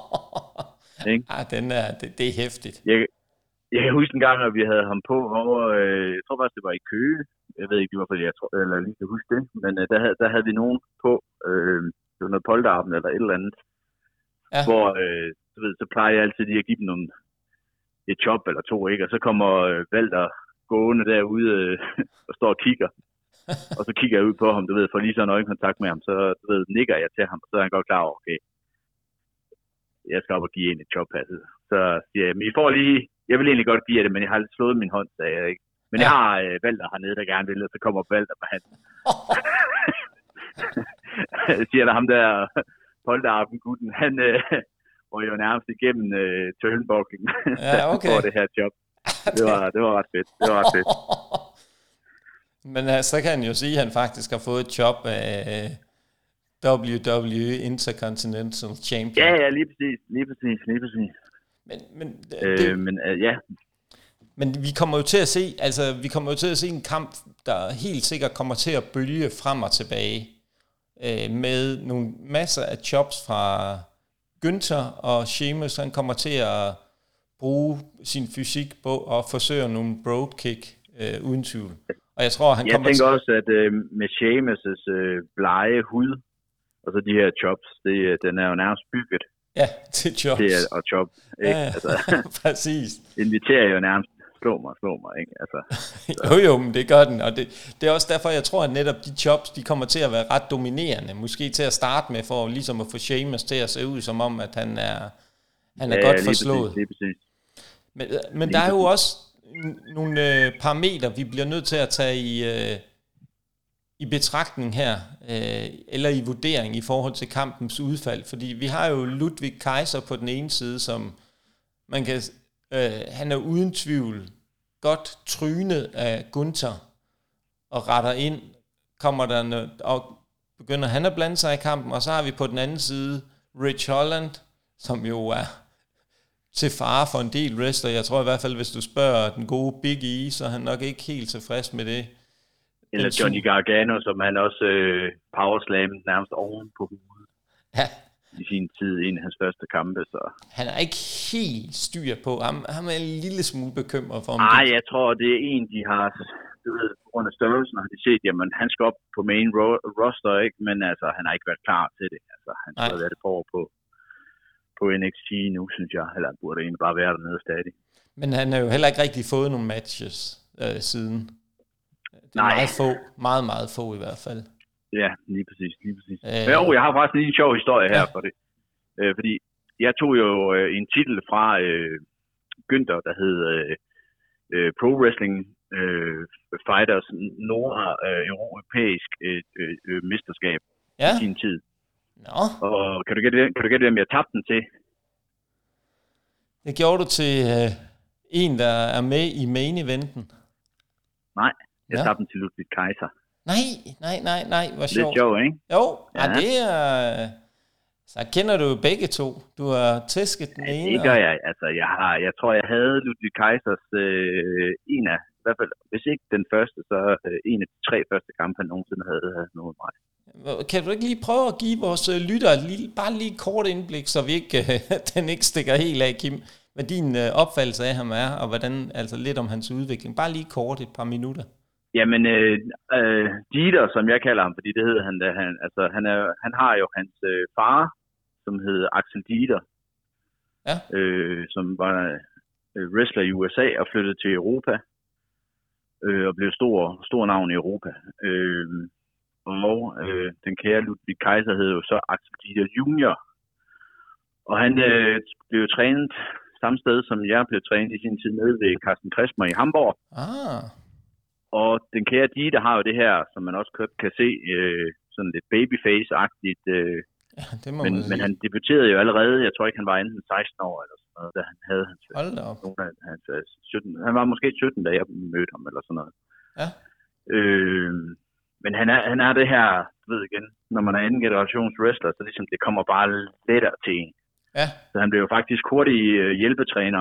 Ah, den er, det, det er hæftigt. Jeg, jeg kan huske en gang, at vi havde ham på over, øh, jeg tror faktisk, det var i Køge. Jeg ved ikke, hvorfor jeg tror, eller lige kan huske det, men øh, der, der havde vi nogen på, øh, det var noget polterappen eller et eller andet, ja. Hvor, øh, du ved, så plejer jeg altid lige at give dem nogle, et chop eller to, ikke? Og så kommer øh, Walter gående derude øh, og står og kigger, og så kigger jeg ud på ham, du ved, for lige sådan øjenkontakt med ham, så du ved, nikker jeg til ham, og så er han godt klar over, okay, jeg skal op og give en et chop, altså. Så siger jeg, men I får lige, jeg vil egentlig godt give det, men jeg har lidt slået min hånd, sagde jeg, ikke? Men ja. Jeg har øh, Walter hernede, der gerne vil, og så kommer Walter med han. siger der ham der, polterappen-gutten, han øh, var jo nærmest igennem øh, turnbuckling ja, okay. for det her job. Det var, det var ret fedt. Det var ret fedt. Men uh, så kan han jo sige, at han faktisk har fået et job af uh, W W E Intercontinental Champion. Ja, ja, lige præcis. Lige præcis, lige præcis. Men, men, øh, det, men uh, ja. Men vi kommer jo til at se, altså vi kommer jo til at se en kamp, der helt sikkert kommer til at bølge frem og tilbage øh, med nogle masser af chops fra Günther, og Sheamus, han kommer til at bruge sin fysik på at forsøge nogle broadkick øh, uden tvivl. Og jeg tror, han jeg kommer tænker til... også, at øh, med Sheamus' øh, blege hud, og så de her chops, det, den er jo nærmest bygget. Ja, til chops. Til at chop, ikke? Ja, altså, præcis. Inviterer jo nærmest, slå mig, slå mig, ikke? Altså, jo jo, men det gør den, og det, det er også derfor, jeg tror, at netop de chops, de kommer til at være ret dominerende, måske til at starte med, for ligesom at få Sheamus til at se ud, som om, at han er, han er ja, godt lige forslået. Præcis, lige præcis. Men, men der er jo også nogle øh, parametre, vi bliver nødt til at tage i, øh, i betragtning her, øh, eller i vurdering i forhold til kampens udfald, fordi vi har jo Ludwig Kaiser på den ene side, som man kan, øh, han er uden tvivl godt trynet af Gunther, og retter ind, kommer der noget, og begynder han at blande sig i kampen, og så har vi på den anden side Rich Holland, som jo er til fare for en del wrestler. Jeg tror i hvert fald, hvis du spørger den gode Big E, så er han nok ikke helt tilfreds med det. Eller Johnny Gargano, som han også øh, powerslam nærmest oven på hovedet. Ja. I sin tid, en af hans første kampe. Så. Han er ikke helt styr på. Han, han er en lille smule bekymret for ham. Nej, jeg tror, det er en, de har, du ved, på grund af størrelsen, har de set, jamen han skal op på main ro- roster, ikke? Men altså, han har ikke været klar til det. Altså, han skal have været det forår på, på N X T nu, synes jeg. Eller han burde egentlig bare være dernede stadig. Men han har jo heller ikke rigtig fået nogle matches øh, siden. Det er Nej. meget få. Meget, meget få i hvert fald. Ja, lige præcis, lige præcis. Øh, Men jo, jeg har faktisk lige en sjov historie her ja. for det. Øh, fordi jeg tog jo øh, en titel fra øh, Günther, der hed øh, øh, pro-wrestling øh, fighters nord-europæisk øh, øh, øh, mesterskab ja. i sin tid. Nå. Og kan du gætte, kan du gætte, hvem jeg tabte den til? Det gjorde du til øh, en, der er med i main eventen. Nej, jeg ja. tabte den til Ludwig Kaiser. Nej, nej, nej, nej, hvor sjovt. Lidt sjovt, ikke? Jo, ja. ja, det er... Så kender du begge to. Du har tæsket den ja, ene. det gør jeg. Altså, jeg, har, jeg tror, jeg havde Ludwig Kaisers øh, en af, i hvert fald, hvis ikke den første, så øh, en af de tre første kampe, han nogensinde havde, havde noget mig. Kan du ikke lige prøve at give vores lyttere lige, bare lige et kort indblik, så vi ikke, den ikke stikker helt af, Kim, hvad din øh, opfattelse af ham er, og hvordan, altså lidt om hans udvikling. Bare lige kort, et par minutter. Jamen, øh, øh, Dieter, som jeg kalder ham, fordi det hedder han, da han, altså, han, er, han har jo hans øh, far, som hedder Axel Dieter, ja. øh, som var øh, wrestler i U S A og flyttede til Europa, øh, og blev stor, stor navn i Europa. Øh, og øh, den kære Ludwig Kaiser hed jo så Axel Dieter junior, og han øh, blev trænet samme sted, som jeg blev trænet i sin tid nede ved Carsten Kresmer i Hamburg. Ah. Og den kære Dieter har jo det her, som man også kan se, øh, sådan lidt babyface-agtigt. Øh, ja, det må men, man men han debuterede jo allerede, jeg tror ikke, han var enten seksten år eller sådan noget, da han havde hans, Hold da op. nogle af hans sytten. Han var måske sytten, da jeg mødte ham eller sådan noget. Ja. Øh, men han er, han er det her, du ved igen, når man er anden generations wrestler, så ligesom det kommer bare lettere til en. Ja. Så han blev jo faktisk hurtig øh, hjælpetræner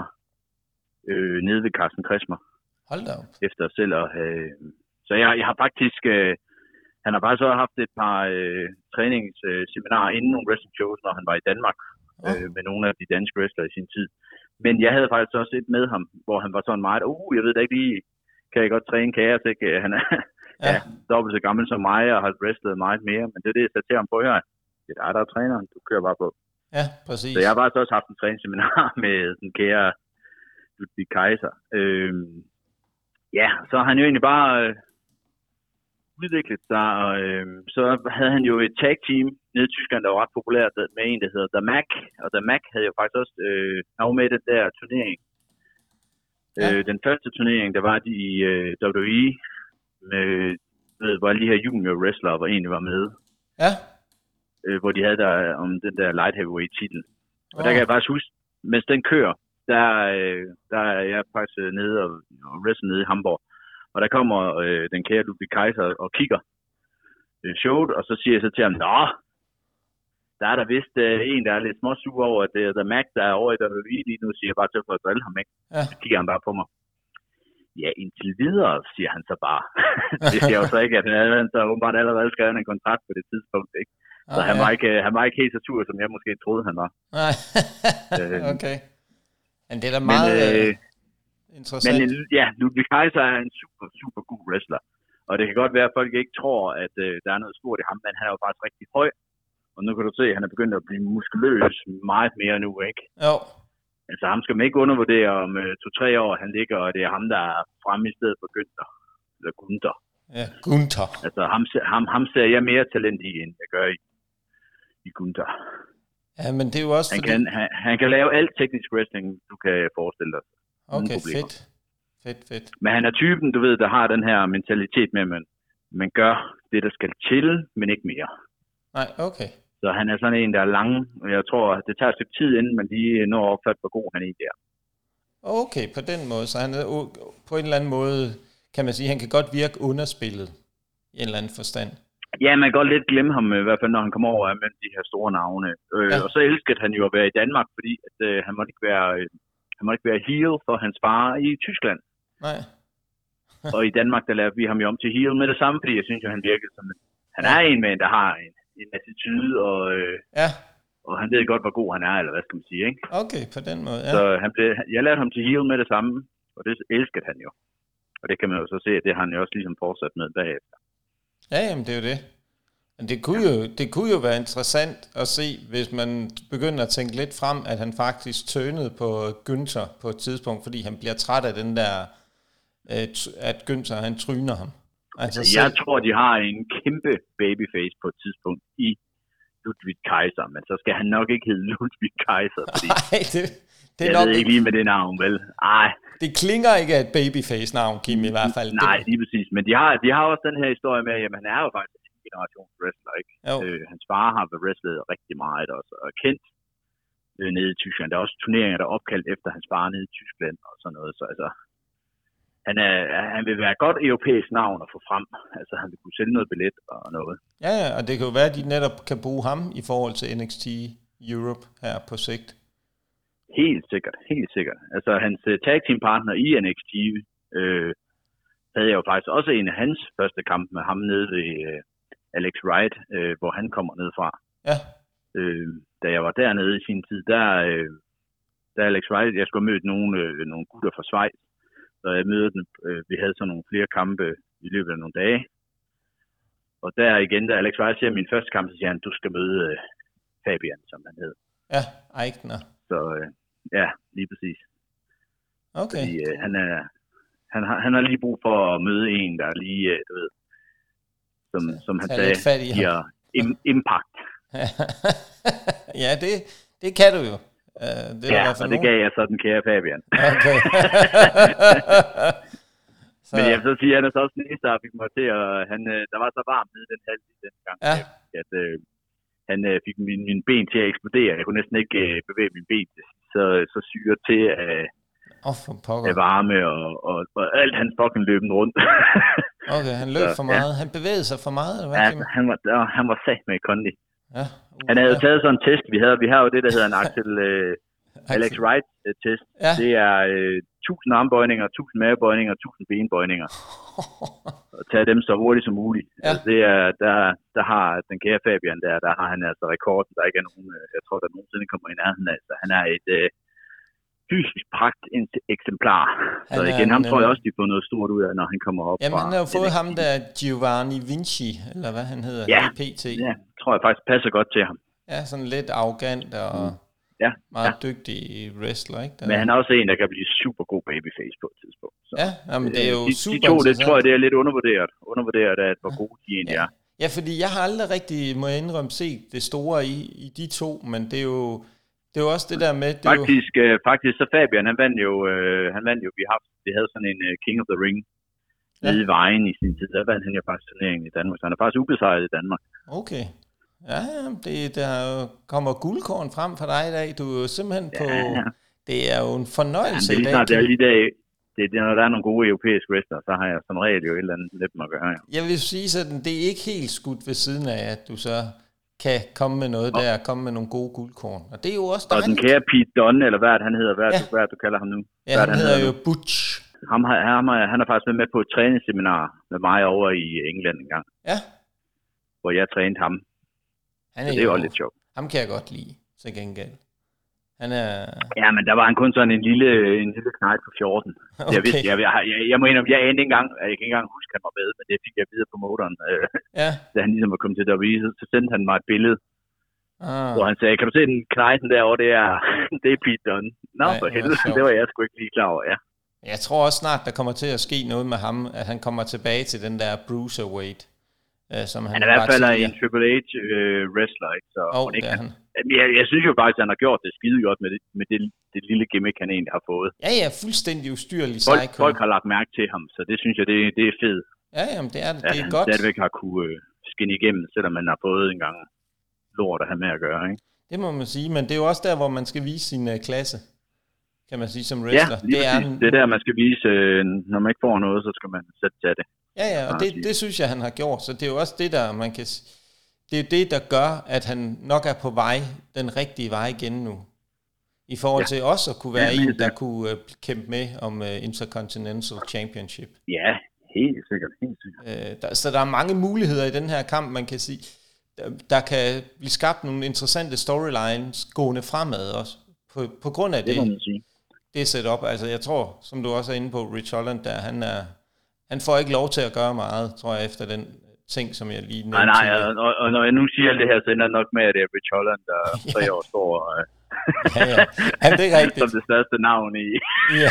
øh, nede ved Carsten Kresmer. Hold da op. Efter selv at have... Så jeg, jeg har faktisk... Øh, han har faktisk også haft et par øh, træningsseminarer inden nogle wrestling shows, når han var i Danmark, oh. øh, med nogle af de danske wrestlere i sin tid. Men jeg havde faktisk også et med ham, hvor han var sådan meget, uh, jeg ved da ikke lige, kan jeg godt træne kaos, ikke? Han er ja. ja, dobbelt så gammel som mig, og har wrestlet meget mere, men det er det, jeg sagde til ham på her. Det er dig, der er træneren, du kører bare på. Ja, præcis. Så jeg har faktisk også haft en træningsseminar med den kære Ludwig Kaiser. Øh, Ja, så har han jo egentlig bare øh, udviklet sig, og øh, så havde han jo et tag team nede i Tyskland, der var ret populært med en, der hedder The Mac, og The Mac havde jo faktisk også øh, med den der turnering. Ja. Øh, den første turnering, der var de i øh, W W E, med, ved, hvor alle de her junior wrestlere var egentlig var med. Ja. Øh, hvor de havde der om den der light heavyweight titel. Og oh. der kan jeg faktisk huske, mens den kører, Der, øh, der er jeg faktisk nede og, og wrestler nede i Hamburg. Og der kommer øh, den kære Ludwig Kaiser og kigger øh, showet, og så siger jeg så til ham, nå, der er der vist øh, en, der er lidt småsur over, at det er The Mac, der er over i W W E lige nu, siger jeg bare til for at drille ham, ikke? Ja. Så kigger han bare på mig. Ja, indtil videre, siger han så bare. Det siger jo så ikke, at han havde så åbenbart allerede skrevet en kontrakt på det tidspunkt, ikke? Så ah, han, ja. var ikke, han var ikke helt så sur, som jeg måske troede, han var. Nej, okay. Men det er da meget men, øh, interessant. Men ja, Ludwig Kaiser er en super, super god wrestler. Og det kan godt være, at folk ikke tror, at øh, der er noget stort i ham, men han er jo faktisk rigtig høj. Og nu kan du se, at han er begyndt at blive muskuløs meget mere nu, ikke? Jo. Altså ham skal man ikke undervurdere om øh, to-tre år, han ligger, og det er ham, der er fremme i stedet for Günther. Eller Gunther. Ja, Gunther. Altså ham, ham, ham ser jeg mere talent i, end jeg gør i, i Gunther. Ja, men det er jo også han fordi... Kan, han, han kan lave alt teknisk wrestling, du kan forestille dig. Okay, fedt. Fedt, fedt. Men han er typen, du ved, der har den her mentalitet med, at man, man gør det, der skal til, men ikke mere. Nej, okay. Så han er sådan en, der er lang, og jeg tror, det tager et stykke tid, inden man lige når at opfatte, hvor god han er der. Okay, på den måde. Så han er på en eller anden måde, kan man sige, han kan godt virke underspillet i en eller anden forstand. Ja, man kan godt lidt glemme ham, i hvert fald når han kommer over med de her store navne. Øh, ja. Og så elskede han jo at være i Danmark, fordi at, øh, han måtte ikke være, øh, han måtte ikke være heel for hans far i Tyskland. Nej. Og i Danmark, der lavede vi ham jo om til heel med det samme, fordi jeg synes jo, han virkede som en, han er en mand, der har en, en attitude, og, øh, ja. og han ved godt, hvor god han er, eller hvad skal man sige, ikke? Okay, på den måde, ja. Så han blev, jeg lavede ham til heel med det samme, og det elskede han jo. Og det kan man jo så se, at det har han jo også ligesom fortsat med bagefter. Ja, jamen det er jo det. Men det kunne, jo, det kunne jo være interessant at se, hvis man begynder at tænke lidt frem, at han faktisk tønede på Günther på et tidspunkt, fordi han bliver træt af den der, at Günther han tryner ham. Altså, jeg selv... tror, de har en kæmpe babyface på et tidspunkt i Ludwig Kaiser, men så skal han nok ikke hedde Ludwig Kaiser, fordi Ej, det, det er jeg nok ved ikke lige med det navn, vel? Ej. det klinger ikke af et babyface-navn, Kim, i hvert fald. Nej, lige præcis. Men de har, de har også den her historie med, at han er jo faktisk en generations wrestler, ikke? Øh, hans far har wrestlet rigtig meget også, og er kendt øh, nede i Tyskland. Der er også turneringer, der er opkaldt efter hans far nede i Tyskland og sådan noget. Så altså, han, er, han vil være et godt europæisk navn at få frem. Altså, han vil kunne sælge noget billet og noget. Ja, ja, og det kan jo være, at de netop kan bruge ham i forhold til N X T Europe her på sigt. Helt sikkert, helt sikkert. Altså, hans uh, tag team partner i N X T øh, havde jeg jo faktisk også en af hans første kampe med ham nede ved uh, Alex Wright, øh, hvor han kommer ned fra. Ja. Øh, da jeg var dernede i sin tid, der, øh, der Alex Wright, jeg skulle møde nogle, øh, nogle gutter fra Schweiz, så jeg mødte dem, øh, vi havde så nogle flere kampe i løbet af nogle dage. Og der igen, da Alex Wright ser min første kamp, så siger han, du skal møde øh, Fabian, som han hed. Ja, Eichner. Så øh, ja, lige præcis. Okay. Fordi øh, han, er, han, har, han har lige brug for at møde en, der lige, øh, du ved, som, så, som han sagde, giver im, impact. Ja, det, det kan du jo. Uh, det ja, og det gav jeg så den kære Fabian. Okay. Så. Men jeg vil så sige, at han er så også den eneste, der fik mig til, og han, der var så varmt nede den halv den gang, ja. at øh, han øh, fik min, min ben til at eksplodere. Jeg kunne næsten ikke øh, bevæge min ben, så, så syre til af, oh, af varme, og, og, og alt hans fucking løben rundt. Okay, han løb så, for meget. Ja. Han bevægede sig for meget, eller hvad? Ja, han var, der, han var sat med kondi. Ja. Uh, han havde jo ja. taget sådan en test. Vi, havde, vi har jo det, der hedder en Axel... Øh, Alex Wright test. Ja. Det er øh, tusind armbøjninger, tusind mavebøjninger, tusind benbøjninger. Og tage dem så hurtigt som muligt. Ja. Altså, det er, der, der har den kære Fabian der, der har han altså rekorden. Der ikke er nogen, jeg tror, der nogensinde kommer i nærheden af. Så han er et øh, fysisk pragt eksemplar. Så han igen, ham tror jeg også, de får noget stort ud af, når han kommer op. Jamen, han har jo fået ham der Giovanni Vinci, eller hvad han hedder, ja. P T. Ja, tror jeg faktisk passer godt til ham. Ja, sådan lidt arrogant og... Mm. Ja, meget ja. dygtig wrestler, ikke? Der men han er også en, der kan blive super god babyface på et tidspunkt. Så. Ja, jamen, det er jo de, super de to, det tror jeg, det er lidt undervurderet. Undervurderet af, hvor gode de egentlig ja. er. Ja, fordi jeg har aldrig rigtig, må jeg indrømme, set det store i, i de to, men det er jo, det er jo også det der med... Det faktisk, jo... øh, faktisk, så Fabian, han vandt jo, øh, han vandt jo, vi, har, vi havde sådan en uh, King of the Ring ja. nede i vejen i sin tid. Der vandt han jo faktisk turneringen i Danmark, så han er faktisk ubesejret i Danmark. Okay. Ja, det, der kommer guldkorn frem for dig i dag. Du er jo simpelthen på... Ja. Det er jo en fornøjelse ja, det er i dag. Snart, det er lige dag, det, det, når der er nogle gode europæiske wrestlere, så har jeg som regel jo et eller andet lidt med at gøre. Ja. Jeg vil sige sådan, det er ikke helt skudt ved siden af, at du så kan komme med noget og, der, komme med nogle gode guldkorn. Og det er jo også dejligt. Og den kære Pete Dunne, eller hvad han hedder, hvad, ja. du, hvad du kalder ham nu? Ja, han, han hedder jo nu? Butch. Ham, ham, han har faktisk været med på et træningsseminar med mig over i England en gang. Ja. Hvor jeg trænede ham. Han er det er jo også lidt sjovt. Ham kan jeg godt lide, til gengæld. Han er... Ja, men der var han kun sådan en lille, en lille knejt på fjorten. Okay. Jeg, vidste, jeg, jeg, jeg, jeg må indrømme, jeg endte engang, jeg kan ikke engang huske, han var med, men det fik jeg videre på motoren. Ja. Da han ligesom var kommet til W W E, så, så sendte han mig et billede, ah. hvor han sagde, kan du se den knejten derovre, det er, det er Pete Dunne. Nå, for helvede, det var jeg sgu ikke lige klar over, ja. Jeg tror også snart, der kommer til at ske noget med ham, at han kommer tilbage til den der bruiserweight. Uh, som han, han er i hvert fald en Triple H uh, wrestler, ikke? Så oh, ikke, han. Jeg, jeg synes jo faktisk, at han har gjort det skide godt med det, med det, det lille gimmick, han egentlig har fået. Ja, ja, fuldstændig ustyrlig folk, psycho. Folk har lagt mærke til ham, så det synes jeg, det, det er fedt. Ja, jamen, det er, det er han godt. At han stadigvæk har kunne uh, skinne igennem, selvom man har fået en gang lort at have med at gøre, ikke? Det må man sige, men det er jo også der, hvor man skal vise sin uh, klasse, kan man sige, som wrestler. Ja, lige det, er en... det er der, man skal vise, uh, når man ikke får noget, så skal man sætte til det. Ja, ja, og det, det synes jeg, han har gjort. Så det er jo også det, der man kan... Det er det, der gør, at han nok er på vej, den rigtige vej igen nu. I forhold ja. til også at kunne være ja, en, der kunne uh, kæmpe med om uh, Intercontinental Championship. Ja, helt sikkert. Helt sikkert. Uh, der, så der er mange muligheder i den her kamp, man kan sige. Der, der kan blive skabt nogle interessante storylines gående fremad også. På, på grund af det. Det må man sige. Det er set op. Altså jeg tror, som du også er inde på, Rich Holland, der han er... Han får ikke lov til at gøre meget, tror jeg, efter den ting, som jeg lige nævnte. Nej, nej, og, og når jeg nu siger alt det her, så ender det nok med, at det er Rich Holland, der ja. tre år står uh, ja, ja. Ja, det er rigtigt. som det største navn i. Ja,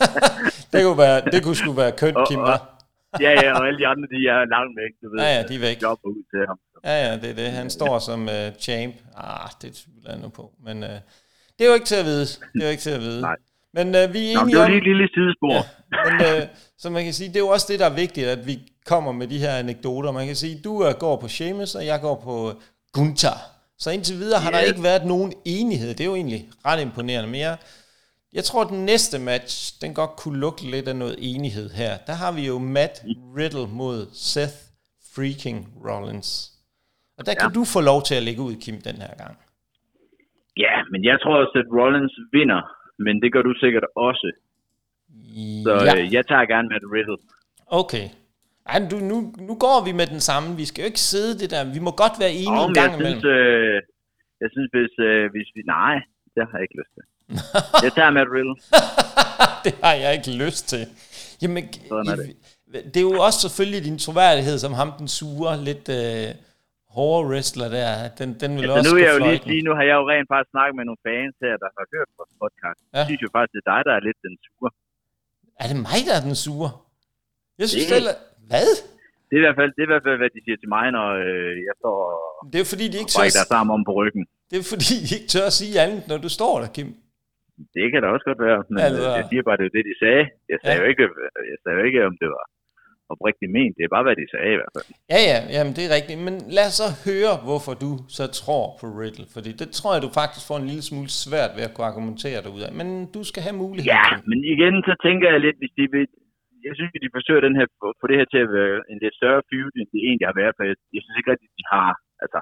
det kunne, være, det kunne sgu være kønt, Kim, var. Ja, ja, og alle de andre, de er langt væk, du ved. Ja, ja, de er væk. Job ud til ham. Ja, ja, det er det. Han står som uh, champ. Ah, det tvivler jeg nu på. Men uh, det er jo ikke til at vide. Det er jo ikke til at vide. Nej. Men øh, vi er Nå, enige det var om... lige et lille sidespor. Ja, men øh, så man kan sige, det er jo også det, der er vigtigt, at vi kommer med de her anekdoter. Man kan sige, du uh, går på Sheamus, og jeg går på Gunther. Så indtil videre har yes. der ikke været nogen enighed. Det er jo egentlig ret imponerende. Men jeg, jeg tror, at den næste match, den godt kunne lugte lidt af noget enighed her. Der har vi jo Matt Riddle mod Seth freaking Rollins. Og der kan ja. du få lov til at lægge ud, Kim, den her gang. Ja, men jeg tror også, at Rollins vinder. Men det gør du sikkert også. Så ja. øh, jeg tager gerne Matt Riddle. Okay. Ej, du, nu, nu går vi med den samme. Vi skal jo ikke sidde det der. Vi må godt være enige oh, en gang jeg imellem. Synes, øh, jeg synes, hvis, øh, hvis vi... Nej, det har jeg ikke lyst til. Jeg tager Matt Riddle. Det har jeg ikke lyst til. Jamen, er det. det er jo også selvfølgelig din troværdighed, som ham den sure, lidt øh, hårde wrestler der. Den, den vil altså, også nu vil jeg jo fløjten. lige sige, nu har jeg jo rent faktisk snakket med nogle fans her, der har hørt vores podcast. Ja. Jeg synes jo faktisk, det er dig, der er lidt den sure. Er det mig, der er den sure? Jeg synes det er... Hvad? Det er, i hvert fald, det er i hvert fald, hvad de siger til mig, når øh, jeg står og... Det er fordi, de ikke tør... der sammen om på ryggen. Det er fordi, de ikke tør at sige andet, når du står der, Kim. Det kan da også godt være, men altså... jeg siger bare, det er det, de sagde. Jeg sagde, ja. jo, ikke, jeg sagde jo ikke, om det var oprigtigt ment. Det er bare, hvad de sagde i hvert fald. Ja, ja, jamen, det er rigtigt. Men lad os så høre, hvorfor du så tror på Riddle. Fordi det tror jeg, du faktisk får en lille smule svært ved at kunne argumentere derud af. Men du skal have mulighed. Ja, men igen, så tænker jeg lidt, hvis de vil... Jeg synes, at de forsøger den her, få det her til at være en lidt større feud, end det egentlig har været. For jeg, jeg synes ikke rigtig, at de har... Altså,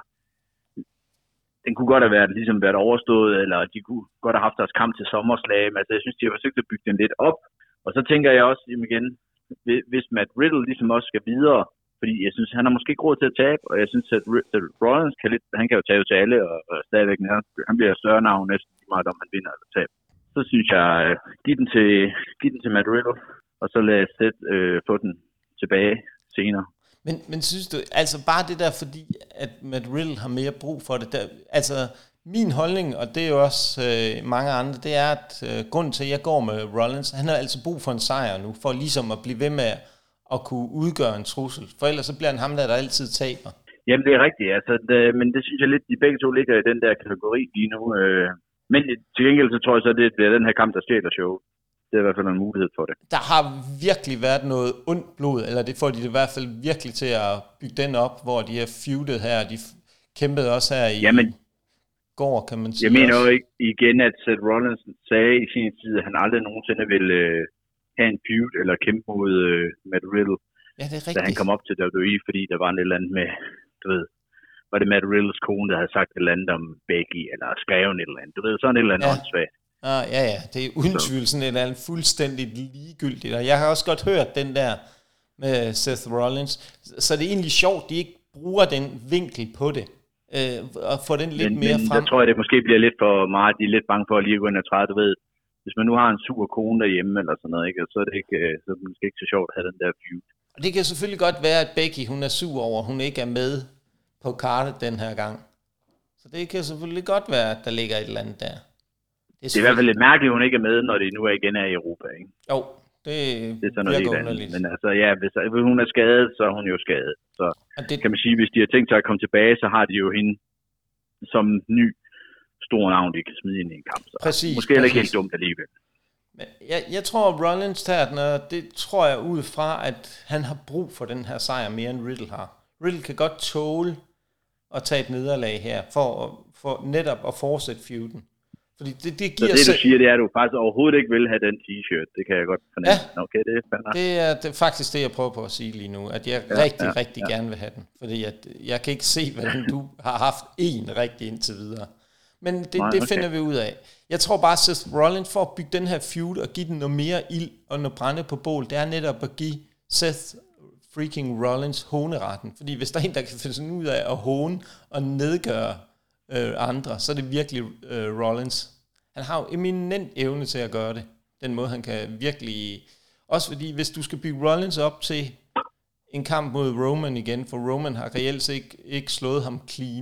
den kunne godt have været, ligesom været overstået, eller de kunne godt have haft deres kamp til SummerSlam. Altså, jeg synes, de har forsøgt at bygge den lidt op. Og så tænker jeg også, jamen igen, hvis Matt Riddle ligesom også skal videre, fordi jeg synes, han har måske ikke råd til at tabe, og jeg synes, at Rollins kan lidt, han kan jo tabe til alle, og, og stadigvæk, han bliver større navn næsten meget, om han vinder eller taber. Så synes jeg, giv den til, giv den til Matt Riddle, og så lad os sætte, øh, få den tilbage senere. Men, men synes du, altså bare det der, fordi at Matt Riddle har mere brug for det, der, altså min holdning, og det er jo også øh, mange andre, det er, at øh, grunden til, at jeg går med Rollins, han har altså brug for en sejr nu, for ligesom at blive ved med at kunne udgøre en trussel, for ellers så bliver han ham der, der altid taber. Jamen det er rigtigt, altså, det, men det synes jeg lidt, de begge to ligger i den der kategori lige nu, øh, men til gengæld så tror jeg så, det bliver den her kamp, der stjæler show. Det er i hvert fald en mulighed for det. Der har virkelig været noget ondt blod, eller det får de i hvert fald virkelig til at bygge den op, hvor de er feudet her, de kæmpede også her i Jamen, går, kan man sige. Jeg mener jo ikke igen, at Seth Rollins sagde i sin tid, at han aldrig nogensinde ville øh, have en feud eller kæmpe mod øh, Matt Riddle, ja, det er rigtigt. Da han kom op til W W E, fordi der var en eller andet med, du ved, var det Matt Riddles kone, der havde sagt et eller andet om Becky, eller skrevet et eller andet, du ved, sådan et eller andet åndssvagt. Ja. Ah, ja, ja, det er uden tvivl sådan et eller andet fuldstændig ligegyldigt, og jeg har også godt hørt den der med Seth Rollins, så det er egentlig sjovt, de ikke bruger den vinkel på det, øh, og får den lidt men, mere men, frem. Der tror jeg, det måske bliver lidt for meget, de er lidt bange for at lige gå ind og træde, du ved, hvis man nu har en sur kone derhjemme, eller sådan noget, ikke, så er det ikke, så er det måske ikke så sjovt at have den der feud. Og det kan selvfølgelig godt være, at Becky, hun er sur over, at hun ikke er med på kartet den her gang. Så det kan selvfølgelig godt være, at der ligger et eller andet der. Det er, det er i hvert fald lidt mærkeligt, at hun ikke er med, når det nu er igen er i Europa, ikke? Jo, det, det er sådan noget helt andet. Men altså, ja, hvis, hvis hun er skadet, så er hun jo skadet. Så det, kan man sige, hvis de har tænkt sig at komme tilbage, så har de jo hende som ny stor navn, de kan smide ind i en kamp. Så præcis. Måske er det ikke helt dumt alligevel. Men jeg, jeg tror, at Rollins tager den, og det tror jeg ud fra, at han har brug for den her sejr mere, end Riddle har. Riddle kan godt tåle at tage et nederlag her, for, for netop at fortsætte feuden. Fordi det, det giver så det, du sig... siger, det er, at du faktisk overhovedet ikke vil have den t-shirt. Det kan jeg godt fornemme. Ja, okay, det, er det, er, det er faktisk det, jeg prøver på at sige lige nu. At jeg ja, rigtig, ja, rigtig ja. gerne vil have den. Fordi at, jeg kan ikke se, hvordan du har haft en rigtig indtil videre. Men det, Nej, det okay. finder vi ud af. Jeg tror bare, at Seth Rollins for at bygge den her feud og give den noget mere ild og noget brænde på bål, det er netop at give Seth freaking Rollins håneretten. Fordi hvis der er en, der kan finde ud af at håne og nedgøre øh, andre, så er det virkelig øh, Rollins. Han har jo eminent evne til at gøre det. Den måde, han kan virkelig... Også fordi, hvis du skal bygge Rollins op til en kamp mod Roman igen, for Roman har reelt ikke, ikke slået ham clean.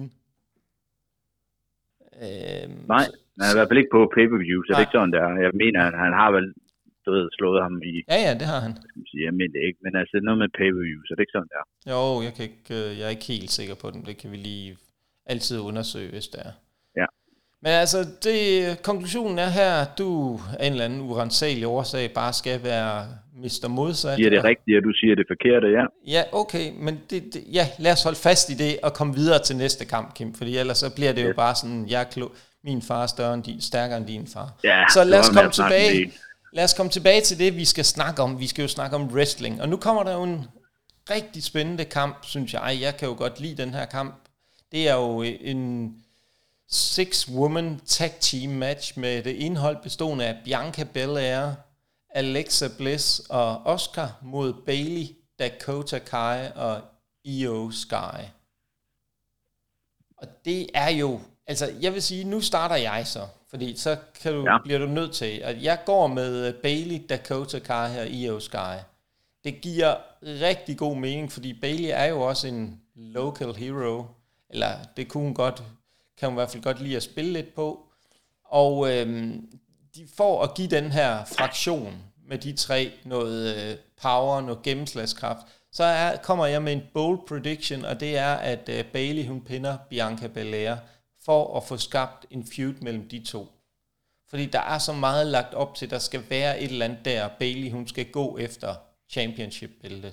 Øhm, Nej, han er i hvert fald ikke på pay-per-view, så nej. Det er ikke sådan, der. Jeg mener, at han har vel du ved, slået ham i... Ja, ja, det har han. Jeg mener det ikke, men altså noget med pay-per-view, så det er ikke sådan, der. Jo, jeg, kan ikke, jeg er ikke helt sikker på den. Det kan vi lige altid undersøge, hvis det er. Ja. Men altså, det, konklusionen er her, at du af en eller anden urensagelig årsag bare skal være mister Modsat. Du siger det rigtigt, og du siger det forkerte, ja. Ja, okay, men det, det, ja, lad os holde fast i det og komme videre til næste kamp, Kim, fordi ellers så bliver det yes. jo bare sådan, jeg er klog, min far er større end din, stærkere end din far. Ja, så lad os komme tilbage. Lad os komme tilbage til det, vi skal snakke om. Vi skal jo snakke om wrestling, og nu kommer der jo en rigtig spændende kamp, synes jeg. Jeg kan jo godt lide den her kamp. Det er jo en six-woman tag team match med det indhold bestående af Bianca Belair, Alexa Bliss og Asuka mod Bayley, Dakota Kai og Io Sky. Og det er jo, altså jeg vil sige, nu starter jeg så, fordi så kan du, ja. bliver du nødt til, at jeg går med Bayley, Dakota Kai og Io Sky. Det giver rigtig god mening, fordi Bayley er jo også en local hero, eller det kunne hun godt, kan hun i hvert fald godt lide at spille lidt på. Og øhm, de får at give den her fraktion med de tre noget øh, power, noget gennemslagskraft, så er, kommer jeg med en bold prediction, og det er, at øh, Bayley hun pinder Bianca Belair for at få skabt en feud mellem de to. Fordi der er så meget lagt op til, der skal være et eller andet der, Bayley hun skal gå efter championship-bæltet.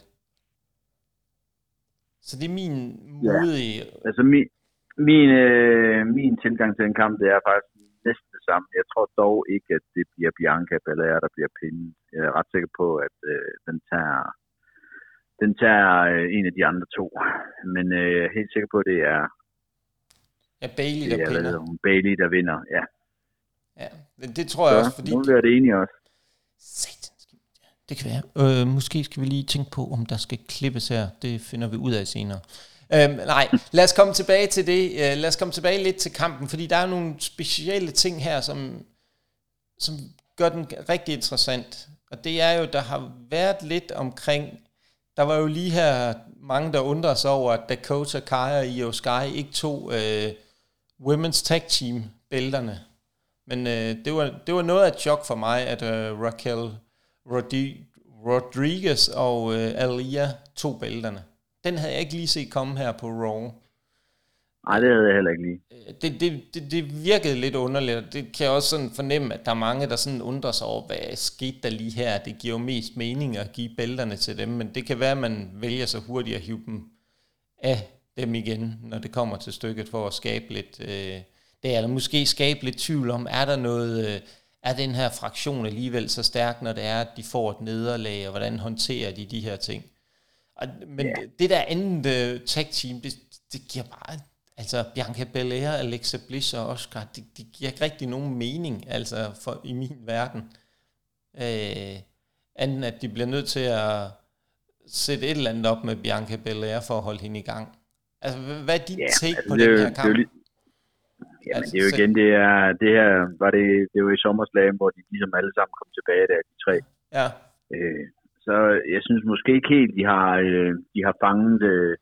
Så det er min modige... Ja. Altså min, min, øh, min tilgang til den kamp, det er faktisk næsten det samme. Jeg tror dog ikke, at det bliver Bianca Belair, der bliver pindet. Jeg er ret sikker på, at øh, den tager, den tager øh, en af de andre to. Men øh, jeg er helt sikker på, at det er... Ja, Bayley, der det er, pinder. Hvad, Bayley, der vinder, ja. Ja, det tror jeg så, også, fordi... nu er det enige også. Det kan være. Øh, måske skal vi lige tænke på, om der skal klippes her. Det finder vi ud af senere. Øh, nej, lad os komme tilbage til det. Øh, lad os komme tilbage lidt til kampen, fordi der er nogle specielle ting her, som, som gør den rigtig interessant. Og det er jo, der har været lidt omkring... Der var jo lige her mange, der undrer sig over, at Dakota Kai og Io Sky ikke tog øh, Women's Tag Team bælterne. Men øh, det, var, det var noget af et chok for mig, at øh, Raquel Rodriguez og øh, Aliyah tog bælterne. Den havde jeg ikke lige set komme her på Raw. Nej, det havde jeg heller ikke lige. Det, det, det, det virkede lidt underligt. Det kan jeg også sådan fornemme, at der er mange, der sådan undrer sig over, hvad skete der lige her. Det giver jo mest mening at give bælterne til dem, men det kan være, at man vælger så hurtigt at hive dem af dem igen, når det kommer til stykket, for at skabe lidt... Øh, det er der måske skabe lidt tvivl om, er der noget... Øh, er den her fraktion alligevel så stærk, når det er, at de får et nederlag, og hvordan håndterer de de her ting? Og, men yeah. det, det der andet uh, tag team, det, det giver bare, altså Bianca Belair, Alexa Bliss og Asuka, det, det giver ikke rigtig nogen mening, altså for, i min verden. Øh, anden at de bliver nødt til at sætte et eller andet op med Bianca Belair for at holde hende i gang. Altså, hvad er din yeah, take altså, på den her kamp? Jamen altså, det er jo igen, det er, det her, var det, det var i sommerslagen, hvor de ligesom alle sammen kom tilbage der, de tre. Ja. Øh, så jeg synes måske ikke helt, de har, øh, de har fanget, øh,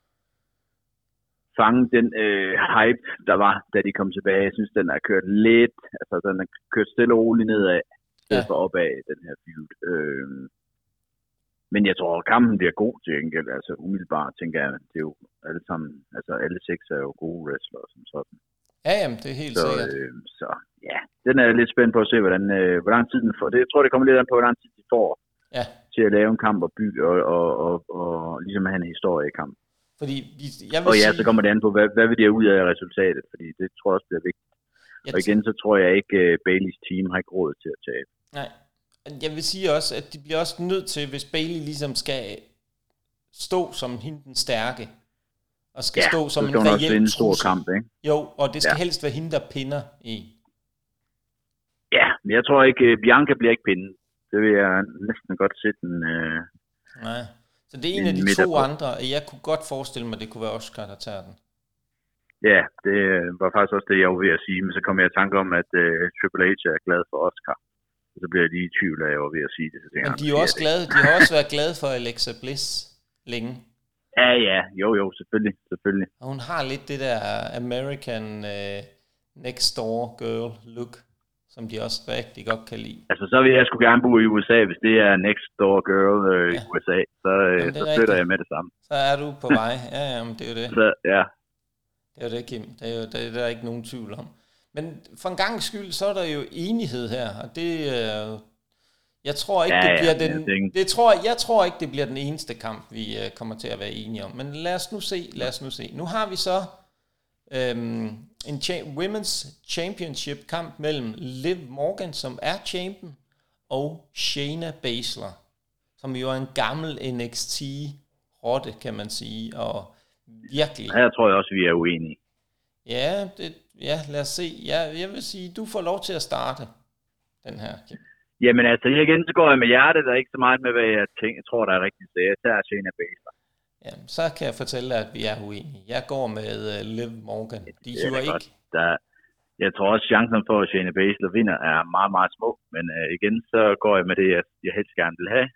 fanget den øh, hype, der var, da de kom tilbage. Jeg synes, den er kørt lidt, altså den er kørt stille og roligt nedad, ja. For opad, den her feud. Øh, men jeg tror, kampen bliver god til enkelt, altså umiddelbart tænker jeg, det er jo alle sammen, altså alle seks er jo gode wrestlere som sådan. Ja, jamen, det er helt så, sikkert. Øh, så ja, den er lidt spændt på at se, hvordan, øh, hvor lang tid den får. Det, jeg tror, det kommer lidt an på, hvor lang tid de får ja. til at lave en kamp og bygge, og, og, og, og ligesom have en historie i kampen. Fordi, jeg vil og ja, sige... så kommer det an på, hvad, hvad vil det ud af resultatet, fordi det tror jeg også bliver vigtigt. Jeg og igen, så tror jeg ikke, uh, Baileys team har ikke råd til at tabe. Nej, jeg vil sige også, at de bliver også nødt til, hvis Bayley ligesom skal stå som hende den stærke, og skal ja, stå som en reel stor kamp, ikke? Jo, og det skal ja. helst være hende, der pinder i. Ja, men jeg tror ikke, Bianca bliver ikke pindet. Det vil jeg næsten godt sætte en... Øh, Nej, så det er en, en af de to andre, og jeg kunne godt forestille mig, at det kunne være Asuka, der tager den. Ja, det var faktisk også det, jeg var ved at sige, men så kom jeg i tanke om, at uh, Triple H er glad for Asuka. Så bliver jeg lige i tvivl af, at jeg var ved at sige det. Så men de er også glade, de har også været glade for Alexa Bliss længe. Ja, ja, jo, jo, selvfølgelig, selvfølgelig. Og hun har lidt det der American uh, next door girl look, som de også rigtig godt kan lide. Altså, så vil jeg sgu gerne bo i U S A, hvis det er next door girl øh, ja. i U S A, så, øh, så flytter jeg med det samme. Så er du på vej, ja, jamen, det er jo det. Så, ja. Det er jo det, Kim, det er jo det, der er ikke nogen tvivl om. Men for en gang skyld, så er der jo enighed her, og det, øh, jeg tror ikke, Ja, det bliver ja, den, det er ikke- det tror, jeg tror ikke, det bliver den eneste kamp, vi øh, kommer til at være enige om. Men lad os nu se, lad os nu se. Nu har vi så øhm, en cha- Women's Championship kamp mellem Liv Morgan, som er champion, og Shayna Baszler, som jo er en gammel N X T-rotte, kan man sige, og virkelig... Her tror jeg også, vi er uenige. Ja, det, ja, lad os se. Jeg, jeg vil sige, du får lov til at starte den her. Jamen altså, igen, så går jeg med hjertet, der er ikke så meget med, hvad jeg, tænker, jeg tror, der er rigtigt. Så jeg tager Shayna Baszler. Ja, så kan jeg fortælle dig, at vi er uenige. Jeg går med uh, Liv Morgan. De hiver ikke. Der, jeg tror også, chancen for, at Shayna Baszler vinder, er meget, meget små. Men uh, igen, så går jeg med det, jeg, jeg helst gerne vil have.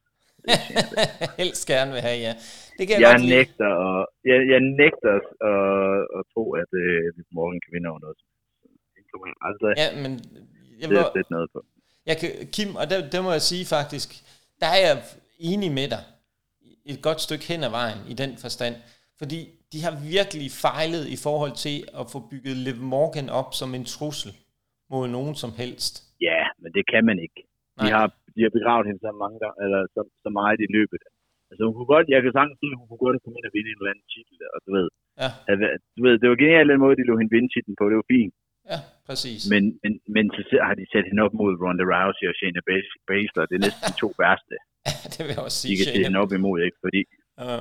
helst gerne vil have, ja. Det kan jeg, jeg godt nægter og jeg, jeg nægter at, at, at tro, at uh, Liv Morgan kan vinde over noget. Altså, ja, men jeg det må, er fedt noget på. Jeg kan, Kim, og der, der må jeg sige faktisk, der er jeg enig med dig et godt stykke hen ad vejen i den forstand, fordi de har virkelig fejlet i forhold til at få bygget Liv Morgan op som en trussel mod nogen som helst. Ja, men det kan man ikke. De har, de har begravet hende så mange gange, eller så, så meget i løbet. Altså hun kunne godt, jeg kan sagtens sige, at hun kunne godt komme ind og vinde en eller anden titel, og du ved. Ja. Du ved, det var genialt den måde, de lå hende vinde titlen på, det var fint. Ja, præcis. Men, men, men så har de sat hende op mod Ronda Rousey og Shayna Baszler, det er næsten de to værste. Det vil jeg også sige. De kan sætte hende op imod, ikke? Fordi... Ja.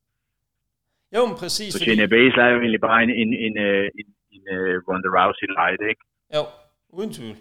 Jo, men præcis. Så fordi... Shayna Baszler er jo egentlig bare en, en, en, en, en, en uh, Ronda Rousey light, ikke? Jo, uden tvivl.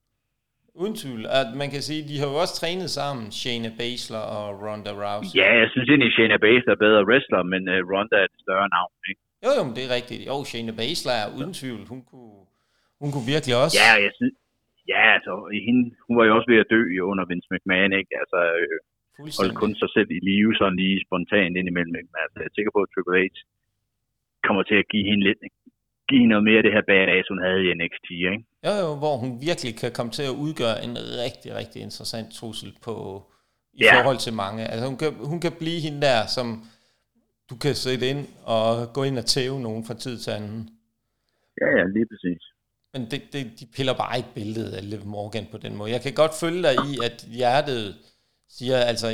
Uden tvivl. At man kan sige, de har jo også trænet sammen, Shayna Baszler og Ronda Rousey. Ja, jeg synes egentlig, Shayna Baszler er bedre wrestler, men uh, Ronda er et større navn, ikke? Jo, jo, men det er rigtigt. Jo, Shayna Baszler er uden tvivl. Hun kunne, hun kunne virkelig også... Ja, jeg synes... Ja, altså, hende, hun var jo også ved at dø under Vince McMahon, ikke? Altså, øh, holdt kun sig selv i live, sådan lige spontant indimellem, ikke? Altså, jeg er sikker på, at Triple H kommer til at give hende lidt, give hende noget mere af det her badass, hun havde i N X T, ikke? Jo, jo, hvor hun virkelig kan komme til at udgøre en rigtig, rigtig interessant trussel på, i ja. forhold til mange. Altså, hun kan, hun kan blive hende der, som du kan sætte ind og gå ind og tæve nogen fra tid til anden. Ja, ja, lige præcis. Men det, det, de piller bare ikke billedet af Liv Morgan på den måde. Jeg kan godt følge dig i, at hjertet siger, altså,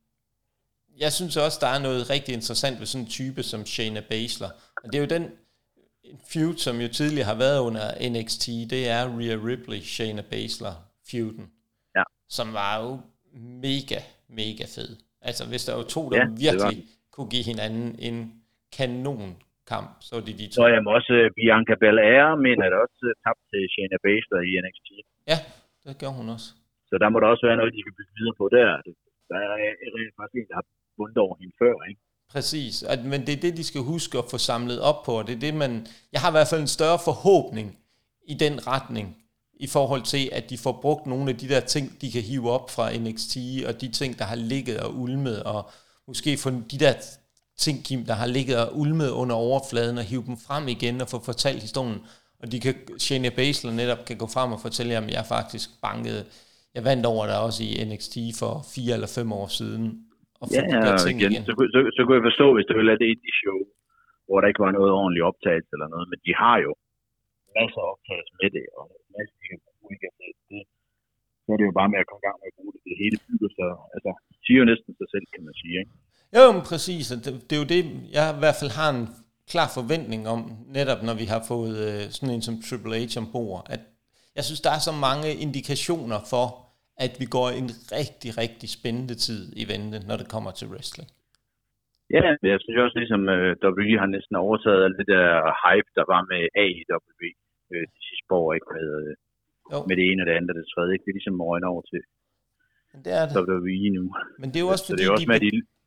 jeg synes også, der er noget rigtig interessant ved sådan en type som Shayna Baszler. Og det er jo den feud, som jo tidligere har været under N X T, det er Rhea Ripley, Shayna Baszler feuden, ja. Som var jo mega, mega fed. Altså, hvis der var to, der ja, virkelig kunne give hinanden en kanon kamp, så er det de to. Så jeg må også Bianca Belair, men er der også tabt til Shayna Baszler i N X T. Ja, det gør hun også. Så der må der også være noget, de kan bygge videre på der. Der er rent faktisk en, der har vundet over hende før, ikke? Præcis, men det er det, de skal huske at få samlet op på, og det er det, man... Jeg har i hvert fald en større forhåbning i den retning, i forhold til, at de får brugt nogle af de der ting, de kan hive op fra N X T, og de ting, der har ligget og ulmet, og måske få de der ting, Kim, der har ligget og ulmet under overfladen, og hive dem frem igen og få fortalt historien. Og de kan, Shayna Baszler netop kan gå frem og fortælle, at jeg faktisk bankede, jeg vandt over der også i N X T for fire eller fem år siden. Og ja, ja, ting igen. igen. Så, så, så kunne jeg forstå, hvis det ville have det indie show, hvor der ikke var noget ordentligt optagelse eller noget, men de har jo masser af optagelse med det, og masser de kan bruge det, det. Så er det jo bare med at komme i gang med at bruge det. Det hele bygger sig, altså, siger jo næsten sig selv, kan man sige, ikke? Jo, men præcis, og det, det er jo det, jeg i hvert fald har en klar forventning om, netop når vi har fået øh, sådan en som Triple H ombord, at jeg synes, der er så mange indikationer for, at vi går en rigtig, rigtig spændende tid i vente, når det kommer til wrestling. Ja, jeg synes også ligesom uh, W W E har næsten overtaget alt det der hype, der var med A E W uh, de sidste år, ikke? Med, uh, med det ene og det andet og det tredje, ikke? Det er ligesom øjne over til Men det er det. W W E nu. Men det er jo også, så fordi det er også de... med, de,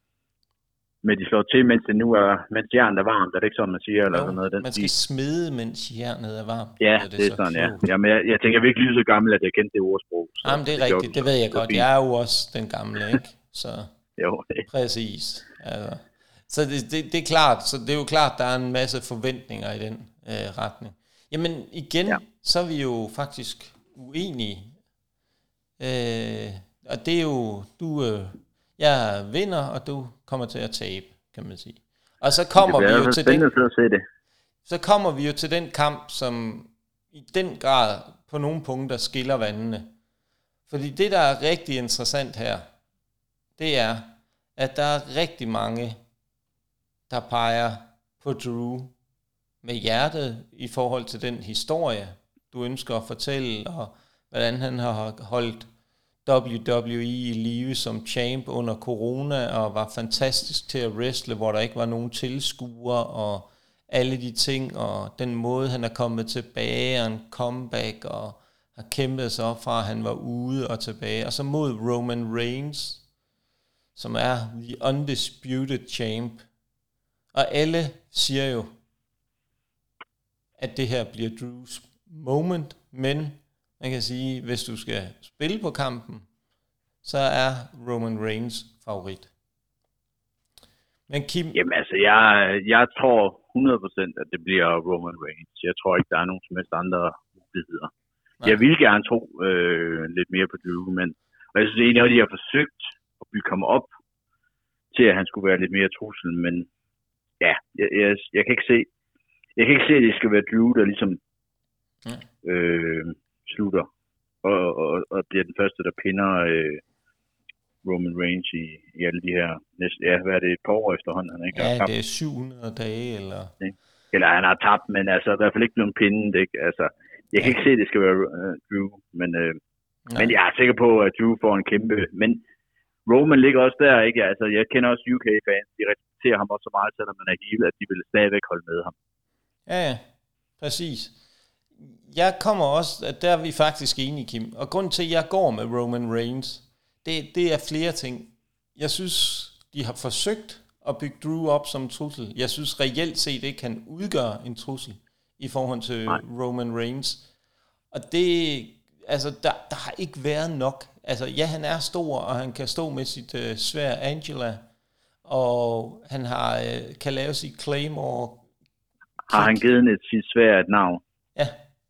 med de slår til, mens det nu er, mens jernet er varmt, er det ikke sådan, man siger? Eller jo, sådan noget, den man skal smide, mens jernet er varmt. Ja, det, det er så sådan, ja. Jamen, jeg, jeg tænker virkelig lige så gammel, at jeg kendte det ordsprog. Så Jamen, det er det rigtigt, det ved jeg godt. Jeg er jo også den gamle, ikke? Så jo, det. Præcis. Altså. Så det, det, det er klart, så det er jo klart, der er en masse forventninger i den øh, retning. Jamen, igen, ja. Så er vi jo faktisk uenige. Øh, og det er jo, du... Øh, jeg vinder, og du kommer til at tabe, kan man sige. Og så kommer vi jo til den, at se det. så kommer vi jo til den kamp, som i den grad på nogle punkter skiller vandene. Fordi det, der er rigtig interessant her, det er, at der er rigtig mange, der peger på Drew med hjertet i forhold til den historie, du ønsker at fortælle, og hvordan han har holdt W W E i live som champ under corona, og var fantastisk til at wrestle, hvor der ikke var nogen tilskuere, og alle de ting, og den måde, han er kommet tilbage, og en comeback, og har kæmpet sig op fra, at han var ude og tilbage. Og så mod Roman Reigns, som er the undisputed champ. Og alle siger jo, at det her bliver Drews moment, men man kan sige, hvis du skal spille på kampen, så er Roman Reigns favorit. Men Kim... Jamen altså, jeg, jeg tror hundrede procent, at det bliver Roman Reigns. Jeg tror ikke, der er nogen som helst andre muligheder. Nej. Jeg vil gerne tro øh, lidt mere på Drew, men og jeg synes egentlig, at de har forsøgt at bygge ham op til, at han skulle være lidt mere trussel, men ja, jeg, jeg, jeg kan ikke se, jeg kan ikke se, at det skal være Drew, der ligesom ja. øh, slutter og, og, og bliver den første, der pinder øh, Roman Reigns i, i alle de her næste, ja, hvad er det, et par år efterhånden, han ikke ja, har tabt. Det er syv hundrede dage, eller... Ja. Eller han har tabt, men altså i hvert fald ikke blevet pindet, ikke? Altså, jeg kan ja. ikke se, at det skal være uh, Drew, men, uh, men jeg er sikker på, at Drew får en kæmpe, men Roman ligger også der, ikke? Altså, jeg kender også U K-fans, de respekterer ham også så meget, selvom man er heel, at de vil stadigvæk holde med ham. Ja, ja, præcis. Jeg kommer også, at der er vi faktisk enige, Kim, og grunden til, at jeg går med Roman Reigns, det, det er flere ting. Jeg synes, de har forsøgt at bygge Drew op som en trussel. Jeg synes reelt set ikke, kan udgøre en trussel i forhold til Nej. Roman Reigns. Og det, altså, der, der har ikke været nok. Altså, ja, han er stor, og han kan stå med sit uh, svær Angela, og han har, uh, kan lave sit Claymore. Har han givet et sit svær et navn? Ja.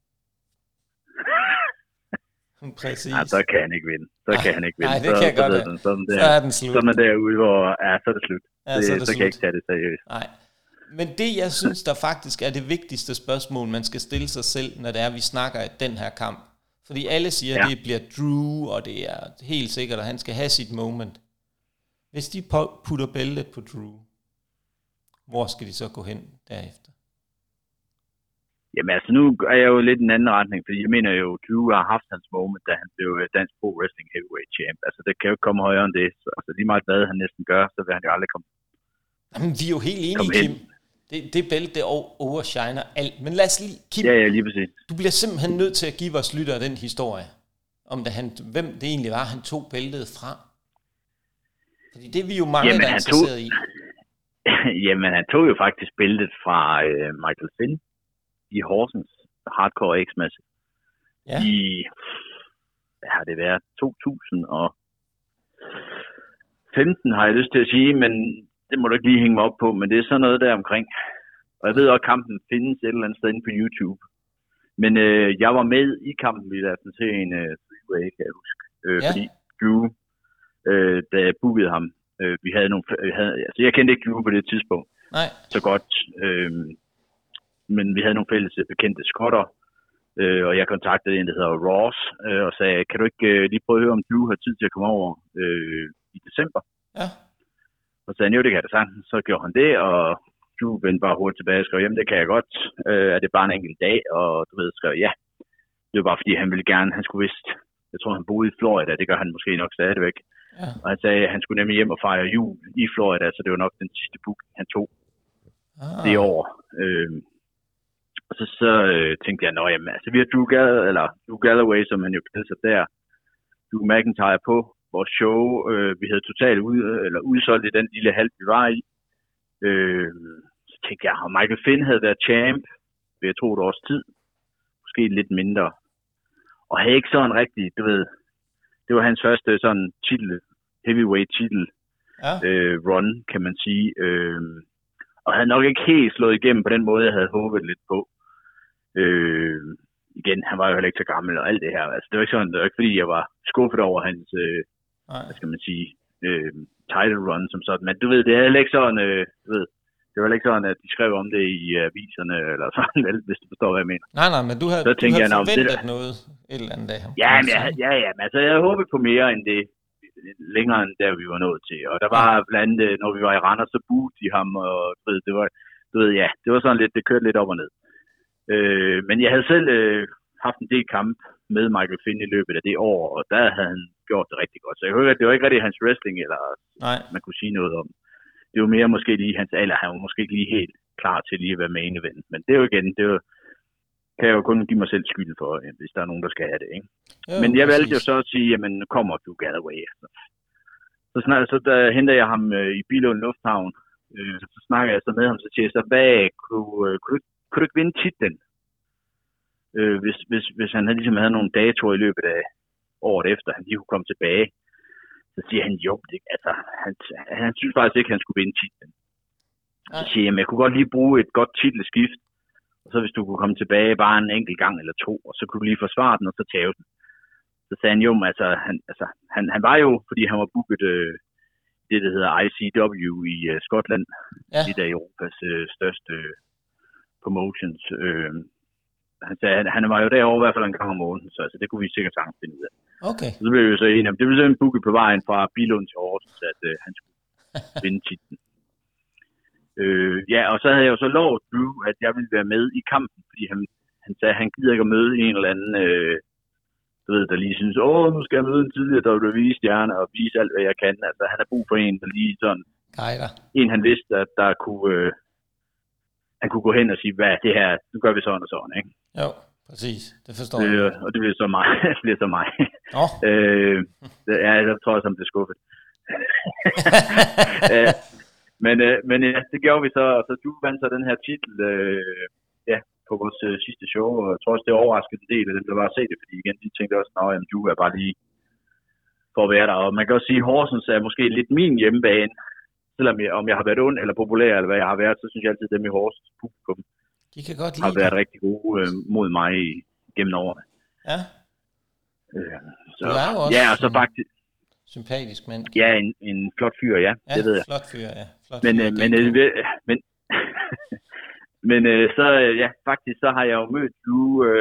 Præcis. Ja, så kan han ikke vinde. Så Ej, kan han ikke vinde. Nej, det kan så, jeg godt så, den, sådan der, så er den slut. Så er man derude, hvor ja, så er det slut. Ja, det, så, er det så slut. kan jeg ikke tage det seriøst. Nej. Men det, jeg synes, der faktisk er det vigtigste spørgsmål, man skal stille sig selv, når det er, vi snakker i den her kamp. Fordi alle siger, ja. at det bliver Drew, og det er helt sikkert, at han skal have sit moment. Hvis de putter bæltet på Drew, hvor skal de så gå hen derefter? Jamen altså, nu er jeg jo lidt i en anden retning, fordi jeg mener jo, Drew har haft hans moment, da han blev dansk pro wrestling heavyweight champ. Altså, det kan jo ikke komme højere end det. Så altså, lige meget hvad han næsten gør, så vil han jo aldrig komme. Jamen, vi er jo helt enige, Kim. Det, det bælte, det overshiner alt. Men lad os lige, Kim, ja, ja, lige præcis. Du bliver simpelthen nødt til at give vores lyttere den historie, om det, han, hvem det egentlig var, han tog bæltet fra. Fordi det er vi jo mange, Jamen, der er interesseret tog... i. Jamen, han tog jo faktisk bæltet fra øh, Michael Finn i Horsens Hardcore X-match. Ja. I, hvad har det været, to tusind og femten har jeg lyst til at sige, men det må du ikke lige hænge mig op på, men det er sådan noget der omkring. Og jeg ved også, at kampen findes et eller andet sted inde på YouTube. Men øh, jeg var med i kampen, vi lavede den til en øh, three-way, kan jeg huske. Øh, ja. Fordi Drew, øh, da jeg bookede ham, øh, vi havde nogle, øh, havde, altså jeg kendte ikke Drew på det tidspunkt. Nej. Så godt. Øh, men vi havde nogle fælles bekendte skotter, øh, og jeg kontaktede en, der hedder Ross, øh, og sagde, kan du ikke øh, lige prøve at høre, om Drew har tid til at komme over øh, i december? Ja. Og så sagde han, jo, det kan jeg da sagtens. Så gjorde han det, og Drew vendte bare hurtigt tilbage og skrev, jamen det kan jeg godt. Øh, er det bare en enkelt dag? Og du ved, skrev ja. Det var bare fordi, han ville gerne, han skulle vist, jeg tror han boede i Florida, det gør han måske nok stadigvæk. Ja. Og han sagde, at han skulle nemlig hjem og fejre jul i Florida, så det var nok den sidste booking, han tog ah. det år. Øh, Og så, så øh, tænkte jeg, nå jamen, altså vi har Drew, Gall- eller Drew Galloway, som han jo kaldte sig der, Drew McIntyre på vores show. Øh, vi havde totalt ud, eller udsolgt i den lille halv, vi var i. Øh, så tænkte jeg, at Michael Finn havde været champ ved jeg tro et års tid. Måske lidt mindre. Og havde ikke sådan rigtig, du ved, det var hans første sådan titel, heavyweight titel ja. øh, run, kan man sige. Øh, og havde nok ikke helt slået igennem på den måde, jeg havde håbet lidt på. Øh, igen, han var jo heller ikke så gammel og alt det her. Altså, det var ikke sådan, det var ikke fordi, jeg var skuffet over hans, øh, hvad skal man sige, øh, title run som sådan. Men du ved, det er heller ikke sådan, øh, du ved, det var ikke sådan, at de skrev om det i aviserne, eller sådan, hvis du forstår, hvad jeg mener. Nej, nej, men du havde, så du havde jeg, forventet det, noget et eller andet dag. Ja, men jeg, ja, ja, men altså, jeg havde håbet på mere end det, længere end der, vi var nået til. Og der var blandt andet, når vi var i Randers, så buede de ham, og du ved, det var, du ved, ja, det var sådan lidt, det kørte lidt op og ned. Øh, men jeg havde selv øh, haft en del kamp med Michael Finn i løbet af det år, og der havde han gjort det rigtig godt. Så jeg hørte, at det var ikke rigtig hans wrestling, eller Nej. man kunne sige noget om. Det var mere måske lige hans alder, han var måske ikke lige helt klar til lige at være main event. Men det er jo igen, det er jo, kan jeg jo kun give mig selv skyld for, hvis der er nogen, der skal have det, ikke? Jo, men jeg valgte jo så at sige, jamen, nu kommer du Galloway. Så, så, snart, så der henter jeg ham øh, i Billund Lufthavn. Øh, så snakker jeg så med ham, så siger jeg så, hvad, kunne, øh, kunne, du, kunne du ikke vinde titlen? Øh, hvis, hvis, hvis han havde, ligesom havde nogle datoer i løbet af året efter, han lige kunne komme tilbage. Så siger han, jo, det, altså, han, han synes faktisk ikke, han skulle vinde titlen. Så siger jeg, jeg kunne godt lige bruge et godt titelskift. Og så hvis du kunne komme tilbage bare en enkelt gang eller to, og så kunne du lige forsvare den, og så tage den. Så sagde han jo, altså, han, altså, han, han var jo, fordi han var booket øh, det, der hedder I C W i øh, Skotland. Ja. Det der Europas øh, største øh, promotions. Øh, han sagde, han, han var jo derovre i hvert fald en gang om måneden, så altså, det kunne vi sikkert sagtens finde ud af. Okay. Så blev vi jo så enige om, det blev så booket på vejen fra Billund til Horsens, at øh, han skulle vinde titlen. Øh, ja, og så havde jeg jo så lovet Drew, at jeg ville være med i kampen, fordi han, han sagde, at han gider ikke at møde en eller anden, øh, du ved, der lige synes, åh, nu skal jeg møde en tidligere W W E-stjerne og vise alt, hvad jeg kan. Altså, han har brug for en, der lige sådan, Gejder. En han vidste, at der kunne, øh, han kunne gå hen og sige, hvad det her, nu gør vi sådan og sådan, ikke? Jo, præcis, det forstår øh, jeg. Og det bliver så mig, det bliver så mig. Oh. øh, ja, jeg tror også, han blev skuffet. øh, Men, øh, men ja, det gjorde vi så, og så du vandt så den her titel øh, ja, på vores øh, sidste show, og jeg tror også, det overraskede en del af dem, der var at se det, fordi igen, de tænkte også, at du er bare lige for at være der, og man kan også sige, at Horsens er måske lidt min hjemmebane, selvom jeg, om jeg har været ond eller populær, eller hvad jeg har været, så synes jeg altid, at dem i Horsens publikum de kan godt har været rigtig gode øh, mod mig gennem årene. Ja. Øh, så, du er jo også ja, og så faktisk sympatisk mand. Ja, en, en flot fyr, ja, ja det ved jeg. flot fyr, ja. Flot men, fyr, øh, men, øh, men, men øh, så, ja, faktisk, så har jeg jo mødt du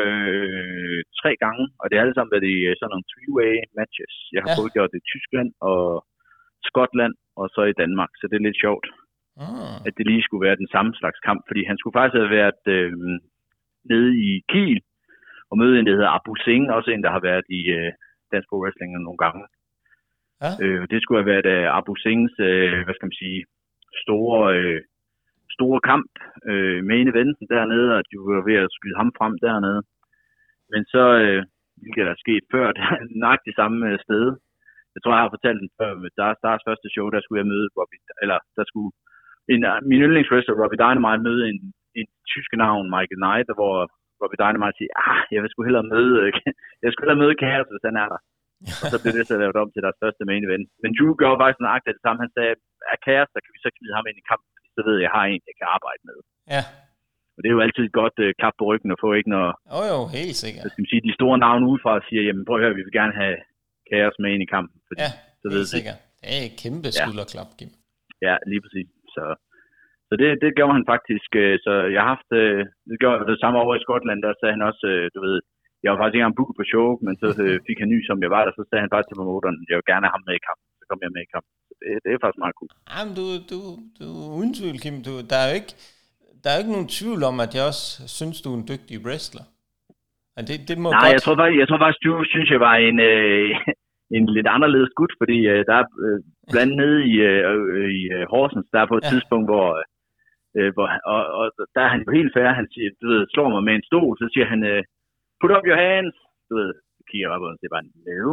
øh, tre gange, og det har alle sammen været i sådan nogle three-way matches. Jeg har ja. både gjort det i Tyskland og Skotland, og så i Danmark, så det er lidt sjovt, ah. at det lige skulle være den samme slags kamp, fordi han skulle faktisk have været øh, nede i Kiel, og møde en, der hedder Abu Singh, også en, der har været i øh, Dansk Pro Wrestling nogle gange. Ja. Øh, det skulle have været uh, Abu Singhs, øh, hvad skal man sige, store, øh, store kamp øh, med en eventen dernede, og de var ved at skyde ham frem dernede. Men så, øh, hvilket der er sket før, det er nok det samme øh, sted. Jeg tror, jeg har fortalt den før, med Stars, Stars første show, der skulle jeg møde Robbie, eller der skulle en, uh, min yndlingswrestler, Robbie Dynamite, møde en, en tyske navn, Michael Knight, hvor Robbie Dynamite siger, ah, jeg vil sgu hellere møde, jeg skulle hellere møde Chaos, hvis han er der. Og så blev det så lavet om til deres første main event. Men Drew gjorde faktisk nøjagtigt det samme. Han sagde, er Chaos, der kan vi så smide ham ind i kampen, så ved jeg, at jeg har en, jeg kan arbejde med. Ja. Og det er jo altid et godt uh, klap på ryggen at få, ikke? Når oh, jo, helt sikkert. Så skal man sige, de store navne udefra siger, jamen prøv at høre, vi vil gerne have Chaos med ind i kampen. Fordi, ja, så helt sikkert. Det er et kæmpe skulderklap, Kim. Ja, lige præcis. Så, så det, det gjorde han faktisk. Så jeg har haft, det gjorde det samme over i Skotland, der sagde han også, du ved, jeg var faktisk ikke engang booket på show, men så øh, fik han ny, som jeg var der, så sagde han faktisk til promoteren, jeg vil gerne have ham med i kampen. Så kom jeg med i kampen. Så det, det er faktisk meget cool. Jamen, du, du, du uden tvivl, Kim. Du, der, er jo ikke, der er jo ikke nogen tvivl om, at jeg også synes, du er en dygtig wrestler. Og det, det må Nej, godt... jeg tror faktisk, jeg tror faktisk, du synes, jeg var en, øh, en lidt anderledes gut, fordi øh, der er øh, blandt andet nede i, øh, i øh, Horsens, der er på et ja. tidspunkt, hvor, øh, hvor og, og der er han jo helt fair, han siger, du ved, slår mig med en stol, så siger han, øh, put up your hands. Du ved, så kigger jeg bare på den, og siger bare, no.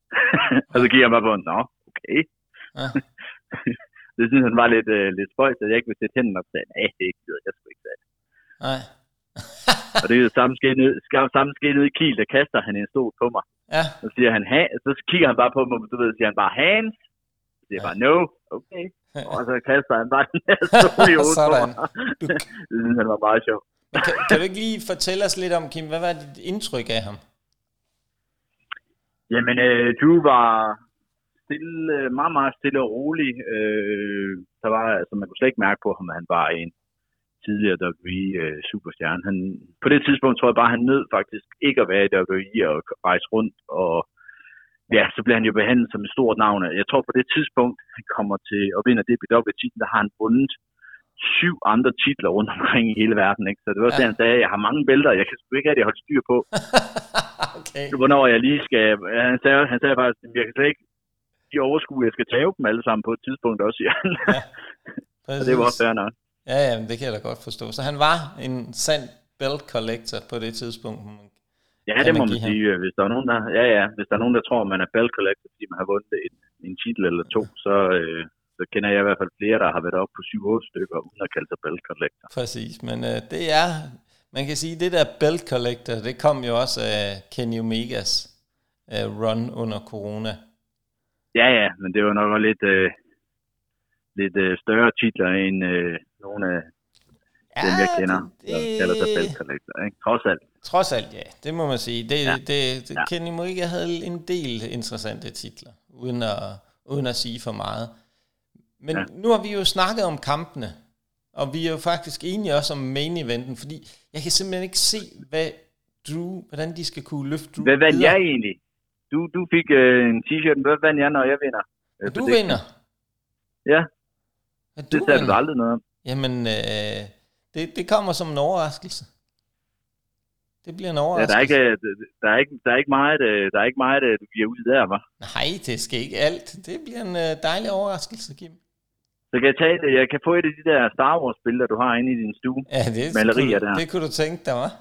Og så kigger jeg bare på den, nå, okay. Ja. Det synes han var lidt, øh, lidt spøjt, at jeg ikke ville sætte hænden op og sagde, nej, det er ikke det, jeg skulle ikke sige det. Nej. Og det er jo samme skete ned, samme skete ned i Kiel, der kaster han en stol på mig. Ja. Så siger han, så kigger han bare på mig, du ved, så siger han bare, hands. Så siger jeg bare, no, okay. Og så kaster han bare den her stol i hovedet på mig. Du... Det synes han var meget sjovt. Kan, kan du ikke lige fortælle os lidt om, Kim, hvad var dit indtryk af ham? Jamen, øh, Drew var stille, meget, meget stille og rolig. Øh, der var, altså, man kunne slet ikke mærke på ham, at han var en tidligere W W E-superstjerne. Han, på det tidspunkt tror jeg bare, han nød faktisk ikke at være i W W E og rejse rundt, og ja, så bliver han jo behandlet som et stort navn. Jeg tror på det tidspunkt, han kommer til at vinde D P W-titlen, der har han vundet syv andre titler rundt omkring i hele verden. Ikke? Så det var også ja. det, han sagde, jeg har mange bælter, jeg kan sgu ikke have det holdt styr på. Okay. Hvornår jeg lige skal... Han sagde, han sagde faktisk, jeg kan slet ikke de overskue, jeg skal tage dem alle sammen på et tidspunkt også, ja. Ja, det var også fair nok. Ja, ja, men det kan jeg da godt forstå. Så han var en sand belt collector på det tidspunkt. Ja, det må man, man sige. Hvis der er nogen, der, ja, ja, hvis der er nogen, der tror, man er belt collector, fordi man har vundet en, en titel eller to, så, øh, så kender jeg i hvert fald flere, der har været op på syv otte stykker, uden at kalde sig belt collector. Præcis, men øh, det er, man kan sige, det der belt collector, det kom jo også af Kenny Omegas øh, run under corona. Ja, ja, men det var nok også lidt, øh, lidt øh, større titler end øh, nogle af ja, dem, jeg kender, det, der kalder sig belt collector, ikke? Trods alt. Trods alt, ja. Det må man sige. Det, ja. det, det, ja. Kenny Omega havde en del interessante titler, uden at, uden at sige for meget. Men ja. Nu har vi jo snakket om kampene, og vi er jo faktisk enige også om main eventen, fordi jeg kan simpelthen ikke se, hvad Drew, hvordan de skal kunne løfte Drew. Hvad vandt jeg egentlig? Du, du fik øh, en t-shirt, hvad vandt jeg, når jeg vinder? Øh, du vinder? Ja, ja det sagde du aldrig noget om. Jamen, øh, det, det kommer som en overraskelse. Det bliver en overraskelse. Ja, der, er ikke, der, er ikke, der er ikke meget, der er ikke meget, du giver ud der, hva'? Nej, det skal ikke alt. Det bliver en dejlig overraskelse, Kim. Så kan jeg tage det. Jeg kan få et af de der Star Wars-billeder, du har inde i din stue. Ja, det, malerier kunne, der. Det kunne du tænke dig, hva'?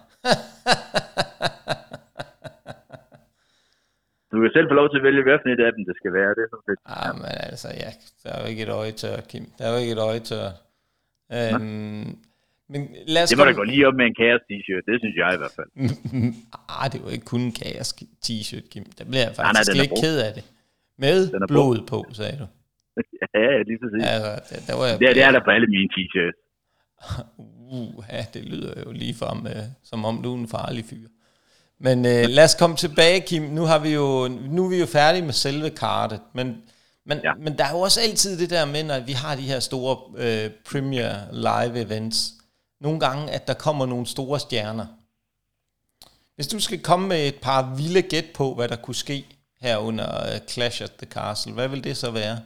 Du kan selv få lov til at vælge, hvilken et af dem det skal være. Det er sådan lidt. Ah, men altså, ja, der er jo ikke et øje tørt, Kim. Der er jo ikke et øje tørt. Øhm, men lad os det må da gå lige op med en kaos t-shirt, det synes jeg i hvert fald. ah, det var ikke kun en kaos t-shirt, Kim. Der bliver jeg faktisk ah, nej, lidt ked af det. Med blod på, sagde du. Ja, lige præcis. Altså, der, der var jeg det, er, det er der på alle mine t-shirts. uh, ja, det lyder jo lige frem, uh, som om du er en farlig fyr. Men uh, lad os komme tilbage, Kim. Nu, har vi jo, nu er vi jo færdige med selve kartet, men Men, ja. men der er jo også altid det der med, når vi har de her store øh, Premier Live events, nogle gange, at der kommer nogle store stjerner. Hvis du skal komme med et par vilde gæt på, hvad der kunne ske her under uh, Clash at the Castle, hvad vil det så være?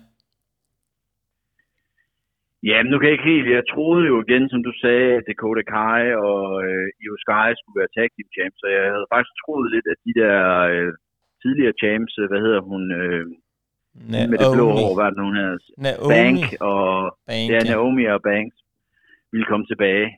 Jamen, nu kan jeg ikke helt. Jeg troede jo igen, som du sagde, at Dakota Kai og øh, Io Sky skulle være tag team champs, så jeg havde faktisk troet lidt, at de der øh, tidligere champs, hvad hedder hun... Øh, Naomi. Med det blå hår, hvad er det nogen her? Naomi. Bank og Bank, ja, Naomi og Banks ville komme tilbage.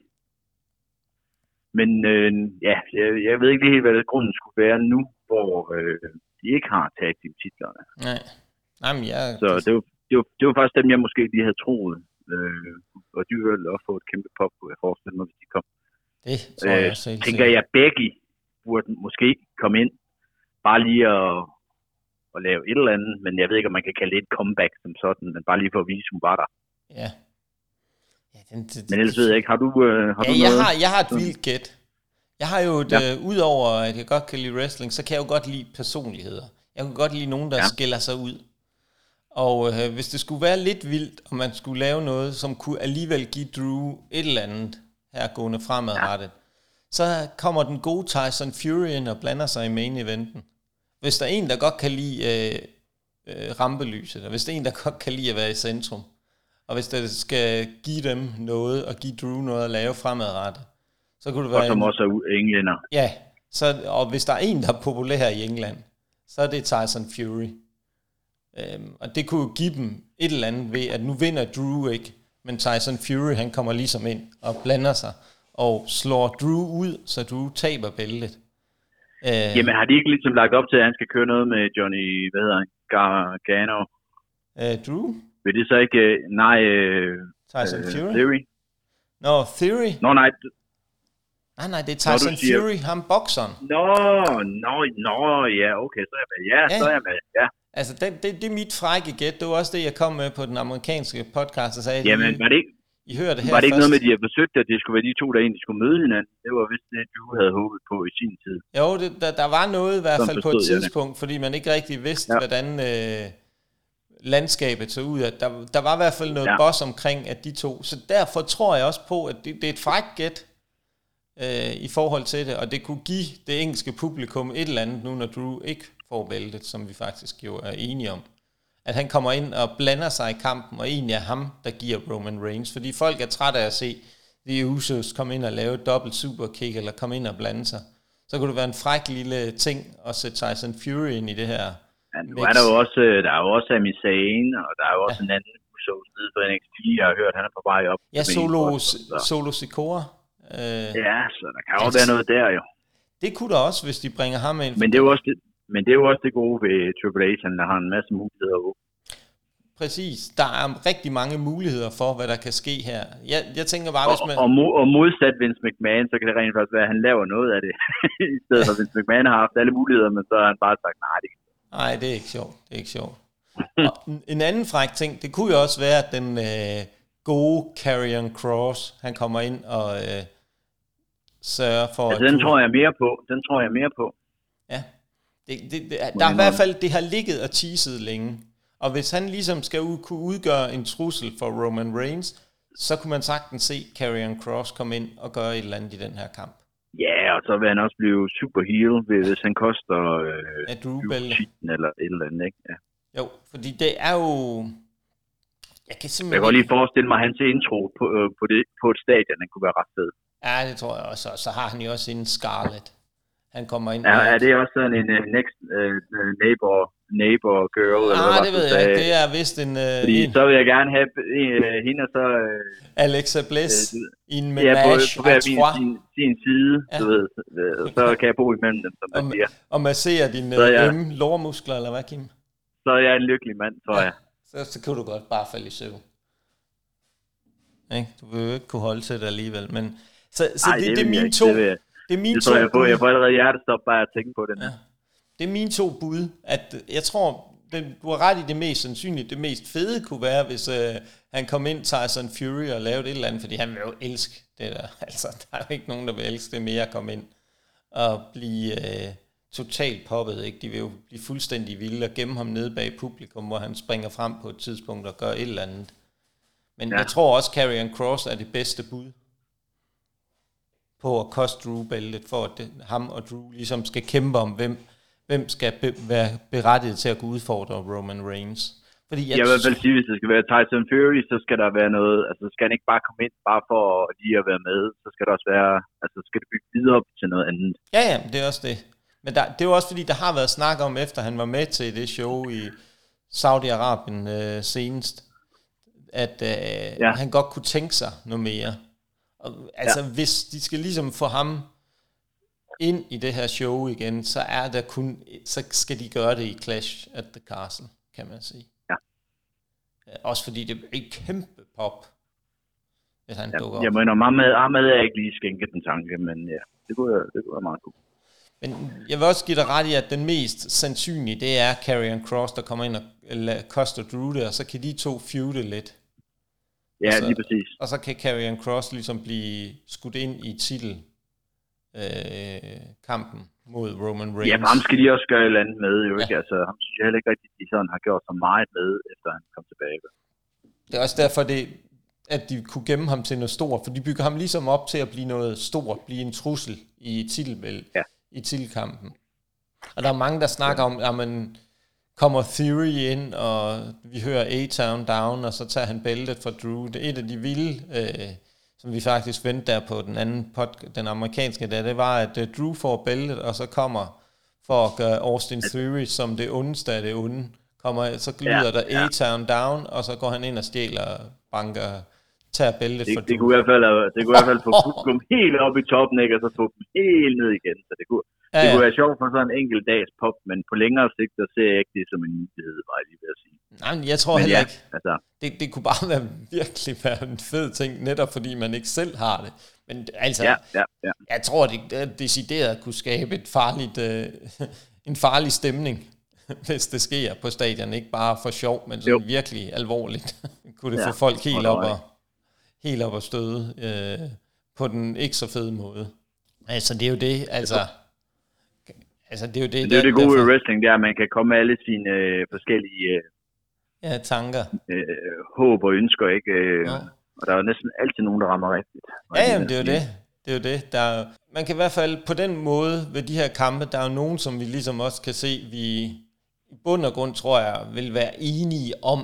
Men øh, ja, jeg, jeg ved ikke helt, hvad det grunden skulle være nu, hvor øh, de ikke har tag team titlerne. Nej. Jamen, jeg... Så det var, det, var, det var faktisk dem, jeg måske lige havde troet. Øh, og de ville også få et kæmpe pop, kunne jeg forestille mig, hvis de kom. Det tror jeg også helt tænker jeg, Becky burde måske komme ind. Bare lige at at lave et eller andet, men jeg ved ikke, om man kan kalde det et comeback som sådan, men bare lige for at vise, hun var der. Ja. ja den, det, men ellers ved jeg ikke, har du, øh, har ja, du jeg noget? Har, jeg har et vildt gæt. Jeg har jo, et, ja. øh, udover at jeg godt kan lide wrestling, så kan jeg jo godt lide personligheder. Jeg kan godt lide nogen, der ja. skiller sig ud. Og øh, hvis det skulle være lidt vildt, og man skulle lave noget, som kunne alligevel give Drew et eller andet her gående fremadrettet, ja. så kommer den gode Tyson Fury ind og blander sig i main eventen. Hvis der er en, der godt kan lide øh, øh, rampelyset, og hvis der er en, der godt kan lide at være i centrum, og hvis der skal give dem noget, og give Drew noget at lave fremadrettet, så kunne det være... Og som en, også er englænder. Ja, så, og hvis der er en, der er populær i England, så er det Tyson Fury. Øhm, og det kunne give dem et eller andet ved, at nu vinder Drew ikke, men Tyson Fury, han kommer ligesom ind og blander sig, og slår Drew ud, så Drew taber bæltet. Uh, Jamen har de ikke ligesom lagt op til, at han skal køre noget med Johnny, hvad hedder han, Gargano? Uh, Drew? Vil det så ikke, uh, nej, uh, Tyson uh, Fury? Theory? Nå, no, Theory? Nå, nej. Nej, nej, det er Tyson siger... Fury, ham bokseren. Nå, nå, nå, ja, okay, så er jeg med, ja, ja. så er jeg med, ja. Altså, det, det, det er mit frække gæt, det var også det, jeg kom med på den amerikanske podcast, og sagde, jamen, var det ikke? I hører det her var det ikke først. noget med, at de havde forsøgt, at det skulle være de to, der egentlig skulle møde hinanden? Det var vist det, du havde håbet på i sin tid. Jo, det, der, der var noget i hvert fald på et tidspunkt, fordi man ikke rigtig vidste, ja. hvordan, øh, landskabet så ud, at der, der var i hvert fald noget ja. boss omkring at de to. Så derfor tror jeg også på, at det, det er et frækt gæt øh, i forhold til det, og det kunne give det engelske publikum et eller andet nu, når Drew ikke får bæltet, som vi faktisk jo er enige om. At han kommer ind og blander sig i kampen, og egentlig er ham, der giver Roman Reigns. Fordi folk er trætte af at se The Usos komme ind og lave et dobbelt superkick, eller komme ind og blande sig. Så kunne det være en fræk lille ting at sætte Tyson Fury ind i det her. Ja, nu er der jo også, der er jo også Sami Zayn, og der er jo også ja. en anden Usos nede for N X T, jeg har hørt, han er på vej op. Ja, Solo, Solo Sikoa. Øh, ja, så der kan jo altså, være noget der jo. Det kunne der også, hvis de bringer ham ind. Men det er jo også det, men det er jo også det gode ved Triple H, han har en masse muligheder at åbne. Præcis. Der er rigtig mange muligheder for, hvad der kan ske her. Jeg, jeg tænker bare, og, hvis man... Og, mo- og modsat Vince McMahon, så kan det rent faktisk være, at han laver noget af det. I stedet for Vince McMahon har haft alle muligheder, men så har han bare sagt, nej, det er ikke Nej, det er ikke sjovt. Det er ikke sjovt. Og en anden fræk ting, det kunne jo også være, at den øh, gode Karrion Kross, han kommer ind og øh, sørger for... Altså, den du... tror jeg mere på. Den tror jeg mere på. Ja. Det, det, det, der er i hvert fald, det har ligget og teaset længe. Og hvis han ligesom skal ud, kunne udgøre en trussel for Roman Reigns, så kunne man sagtens se Karrion Kross komme ind og gøre et eller andet i den her kamp. Ja, og så vil han også blive super heel, hvis han koster øh, ja, titlen eller et eller andet, ikke? Ja. Jo, fordi det er jo... Jeg kan simpelthen... Jeg kan lige forestille mig hans intro på, øh, på, det, på et stadion, den kunne være ret fed. Ja, det tror jeg også. Og så har han jo også en Scarlett. Han kommer ind... Ja, er det også sådan en uh, next uh, neighbor, neighbor girl? Ah, eller hvad, det ved jeg ikke. Det er vist en... Uh, Fordi en... så vil jeg gerne have uh, hende og så... Uh, Alexa Bliss uh, i en menage. Ja, på, på hver sin, sin, sin side, ja. Du ved. Så kan jeg bo imellem dem, som man siger. Og massere dine ja. ømme lårmuskler, eller hvad, Kim? Så er jeg en lykkelig mand, tror ja. jeg. Så, så kunne du godt bare falde i søvn. Du vil jo ikke kunne holde til det alligevel, men... Så, så Ej, det, det, det er mine to... Det Det er mine det to jeg, på. jeg får allerede hjertestop bare at tænke på det. Ja. Det er mine to bud, at jeg tror, den, du har ret i det mest sandsynligt, det mest fede kunne være, hvis øh, han kom ind, Tyson Fury og lavede et eller andet, fordi han vil jo elske det der. Altså, der er jo ikke nogen, der vil elske det mere at komme ind og blive øh, totalt poppet, ikke? De vil jo blive fuldstændig vilde og gemme ham nede bag publikum, hvor han springer frem på et tidspunkt og gør et eller andet. Men ja. jeg tror også, Karrion Kross er det bedste bud på at koste Drew bæltet, for at det, ham og Drew ligesom skal kæmpe om, hvem, hvem skal be, være berettiget til at kunne udfordre Roman Reigns. Fordi jeg, jeg vil i hvert fald sige, hvis det skal være Tyson Fury, så skal der være noget, altså skal han ikke bare komme ind, bare for lige at være med, så skal der også være, altså skal det bygge videre op til noget andet. Ja, ja, det er også det. Men der, det er jo også fordi, der har været snak om, efter han var med til det show i Saudi-Arabien øh, senest, at øh, ja. han godt kunne tænke sig noget mere. Og, altså, ja. hvis de skal ligesom få ham ind i det her show igen, så er der kun, så skal de gøre det i Clash at the Castle, kan man sige. Ja. Også fordi det er et kæmpe pop, hvis han ja, dukker op. Jeg mener, Ahmed, Ahmed er ikke lige skænket den tanke, men ja, det kunne, det kunne være meget godt. Men jeg vil også give dig ret i, at den mest sandsynlige, det er Karrion Kross, der kommer ind og koster Drew det, og så kan de to feude lidt. Ja, så, lige præcis. Og så kan Karrion Kross ligesom blive skudt ind i titel øh, kampen mod Roman Reigns. Ja, men ham skal de også gøre et eller andet med, jo ikke? Ja. Altså, ham synes jeg heller ikke rigtig, de sådan har gjort så meget med, efter han kom tilbage. Det er også derfor, det, at de kunne gemme ham til noget stort, for de bygger ham ligesom op til at blive noget stort, blive en trussel i titelbæl, ja. i titelkampen. Og der er mange, der snakker ja. om, at man kommer Theory ind, og vi hører A-Town Down, og så tager han bæltet fra Drew. Det er et af de vilde, øh, som vi faktisk vendte der på den anden pod, den amerikanske der, det var, at uh, Drew får bæltet, og så kommer for at gøre Austin Theory som det ondeste af det onde. Kommer, så lyder ja, der ja. A-Town Down, og så går han ind og stjæler, banker, tager bæltet det, fra Drew. Det kunne i hvert fald, det kunne i hvert fald få publikum helt op i toppen, ikke? Og så få dem helt ned igen, så det kunne... Ja, det kunne ja. være sjovt for sådan en enkelt dags pop, men på længere sigt, der ser jeg ikke det som en nyhed, var jeg lige ved at sige. Nej, men jeg tror men heller ja, ikke. Altså. Det, det kunne bare være virkelig være en fed ting, netop fordi man ikke selv har det. Men altså, ja, ja, ja. jeg tror, det, det decideret kunne skabe et farligt, øh, en farlig stemning, hvis det sker på stadion. Ikke bare for sjov, men sådan virkelig alvorligt. Kunne det ja. få folk helt op, og, helt op og støde øh, på den ikke så fede måde. Altså, det er jo det, altså... Altså, det er jo det, det, er jo det gode i wrestling, det er, at man kan komme med alle sine øh, forskellige øh, Ja, tanker. Øh, håb og ønsker, ikke? Øh, ja. Og der er jo næsten altid nogen, der rammer rigtigt. Ja, jamen, det er jo det. Det er jo det. Der er, man kan i hvert fald på den måde ved de her kampe, der er jo nogen, som vi ligesom også kan se, vi i bund og grund, tror jeg, vil være enige om.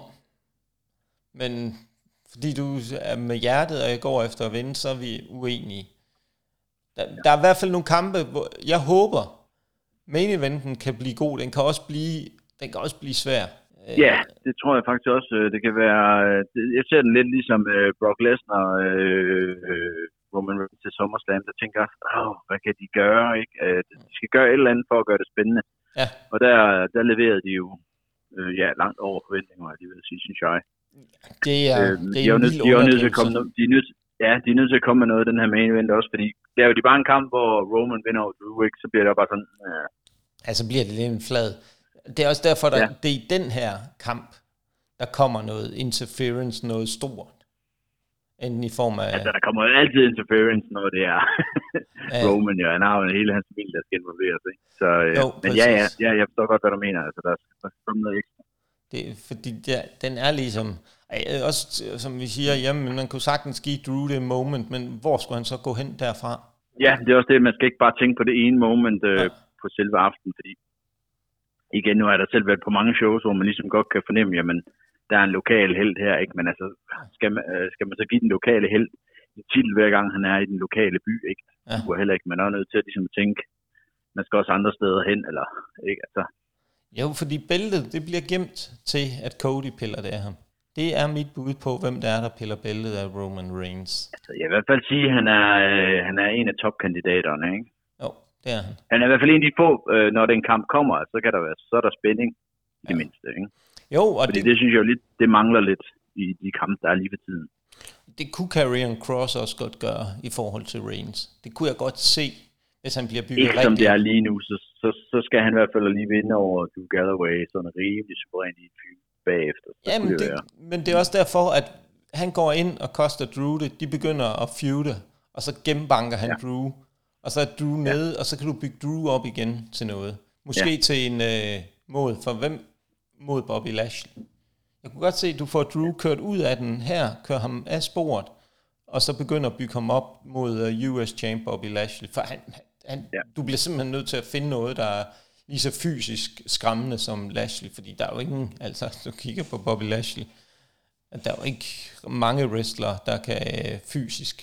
Men fordi du er med hjertet, og jeg går efter at vinde, så er vi uenige. Der, ja. der er i hvert fald nogle kampe, hvor jeg håber, main eventen kan blive god. Den kan også blive, den kan også blive svær. Ja, det tror jeg faktisk også. Det kan være. Jeg ser den lidt ligesom uh, Brock Lesnar, uh, Roman Reigns til SummerSlam. Der tænker jeg, oh, hvad kan de gøre? Ikke? Uh, de skal gøre et eller andet for at gøre det spændende. Ja. Og der, der leverede de jo uh, ja, langt over forventninger, de vil sige, synes jeg. Det er, uh, det er de er nødt, de er nødt til at komme, de er nødt, ja, de er nødt til at komme med noget af den her main event også, fordi det er jo de bare en kamp, hvor Roman vinder over Drew, ikke? Så bliver det bare sådan. Uh... Ja, så bliver det lidt en flad. Det er også derfor, at ja. det er i den her kamp, der kommer noget interference, noget stort. Enten i form af... Altså, der kommer altid interference, når det er ja. Roman, ja. Han har jo hele hans familie, der skal involveres, ikke? Så, jo, men ja, ja, ja, jeg forstår godt, hvad du mener. Altså, der skal komme noget ekstra. Det er, fordi der, den er ligesom... Også, som vi siger, jamen, man kunne sagtens give Drew det moment, men hvor skulle han så gå hen derfra? Ja, det er også det, man skal ikke bare tænke på det ene moment øh, ja. på selve aftenen, fordi igen, nu har der selv været på mange shows, hvor man ligesom godt kan fornemme, jamen, der er en lokal helt her, ikke? Men altså, skal man, øh, skal man så give den lokale helt en titel hver gang, han er i den lokale by, ikke? Ja. Det går heller ikke. Man er nødt til at ligesom tænke, man skal også andre steder hen, eller ikke? Altså. Jo, fordi bæltet, det bliver gemt til, at Cody piller det af ham. Det er mit bud på, hvem der er, der piller bæltet af Roman Reigns. Altså, jeg vil i hvert fald sige, at han er, øh, han er en af topkandidaterne, ikke? Jo, det er han. Han er i hvert fald en af de få, øh, når den kamp kommer, så kan der være, så er der spænding i ja. det mindste, ikke? Jo, og fordi det, det synes jeg jo lidt, det mangler lidt i de kampe, der er lige ved tiden. Det kunne Karrion Kross også godt gøre i forhold til Reigns. Det kunne jeg godt se, hvis han bliver bygget rigtig. Ikke som det er lige nu, så, så, så skal han i hvert fald lige vinde over Drew Galloway, sådan rimelig suverænt i et feud bagefter. Jamen, det, det men det er også derfor, at han går ind og koster Drew det. De begynder at feude, og så gennembanker han ja. Drew. Og så er Drew nede, ja. og så kan du bygge Drew op igen til noget. Måske ja. til en øh, mod, for hvem mod Bobby Lashley. Jeg kunne godt se, at du får Drew kørt ud af den her, kører ham af sporet, og så begynder at bygge ham op mod uh, U S champ Bobby Lashley. For han, han, ja. du bliver simpelthen nødt til at finde noget, der er lige så fysisk skræmmende som Lashley, fordi der er jo ingen, altså du kigger på Bobby Lashley, at der er jo ikke mange wrestlere, der kan uh, fysisk.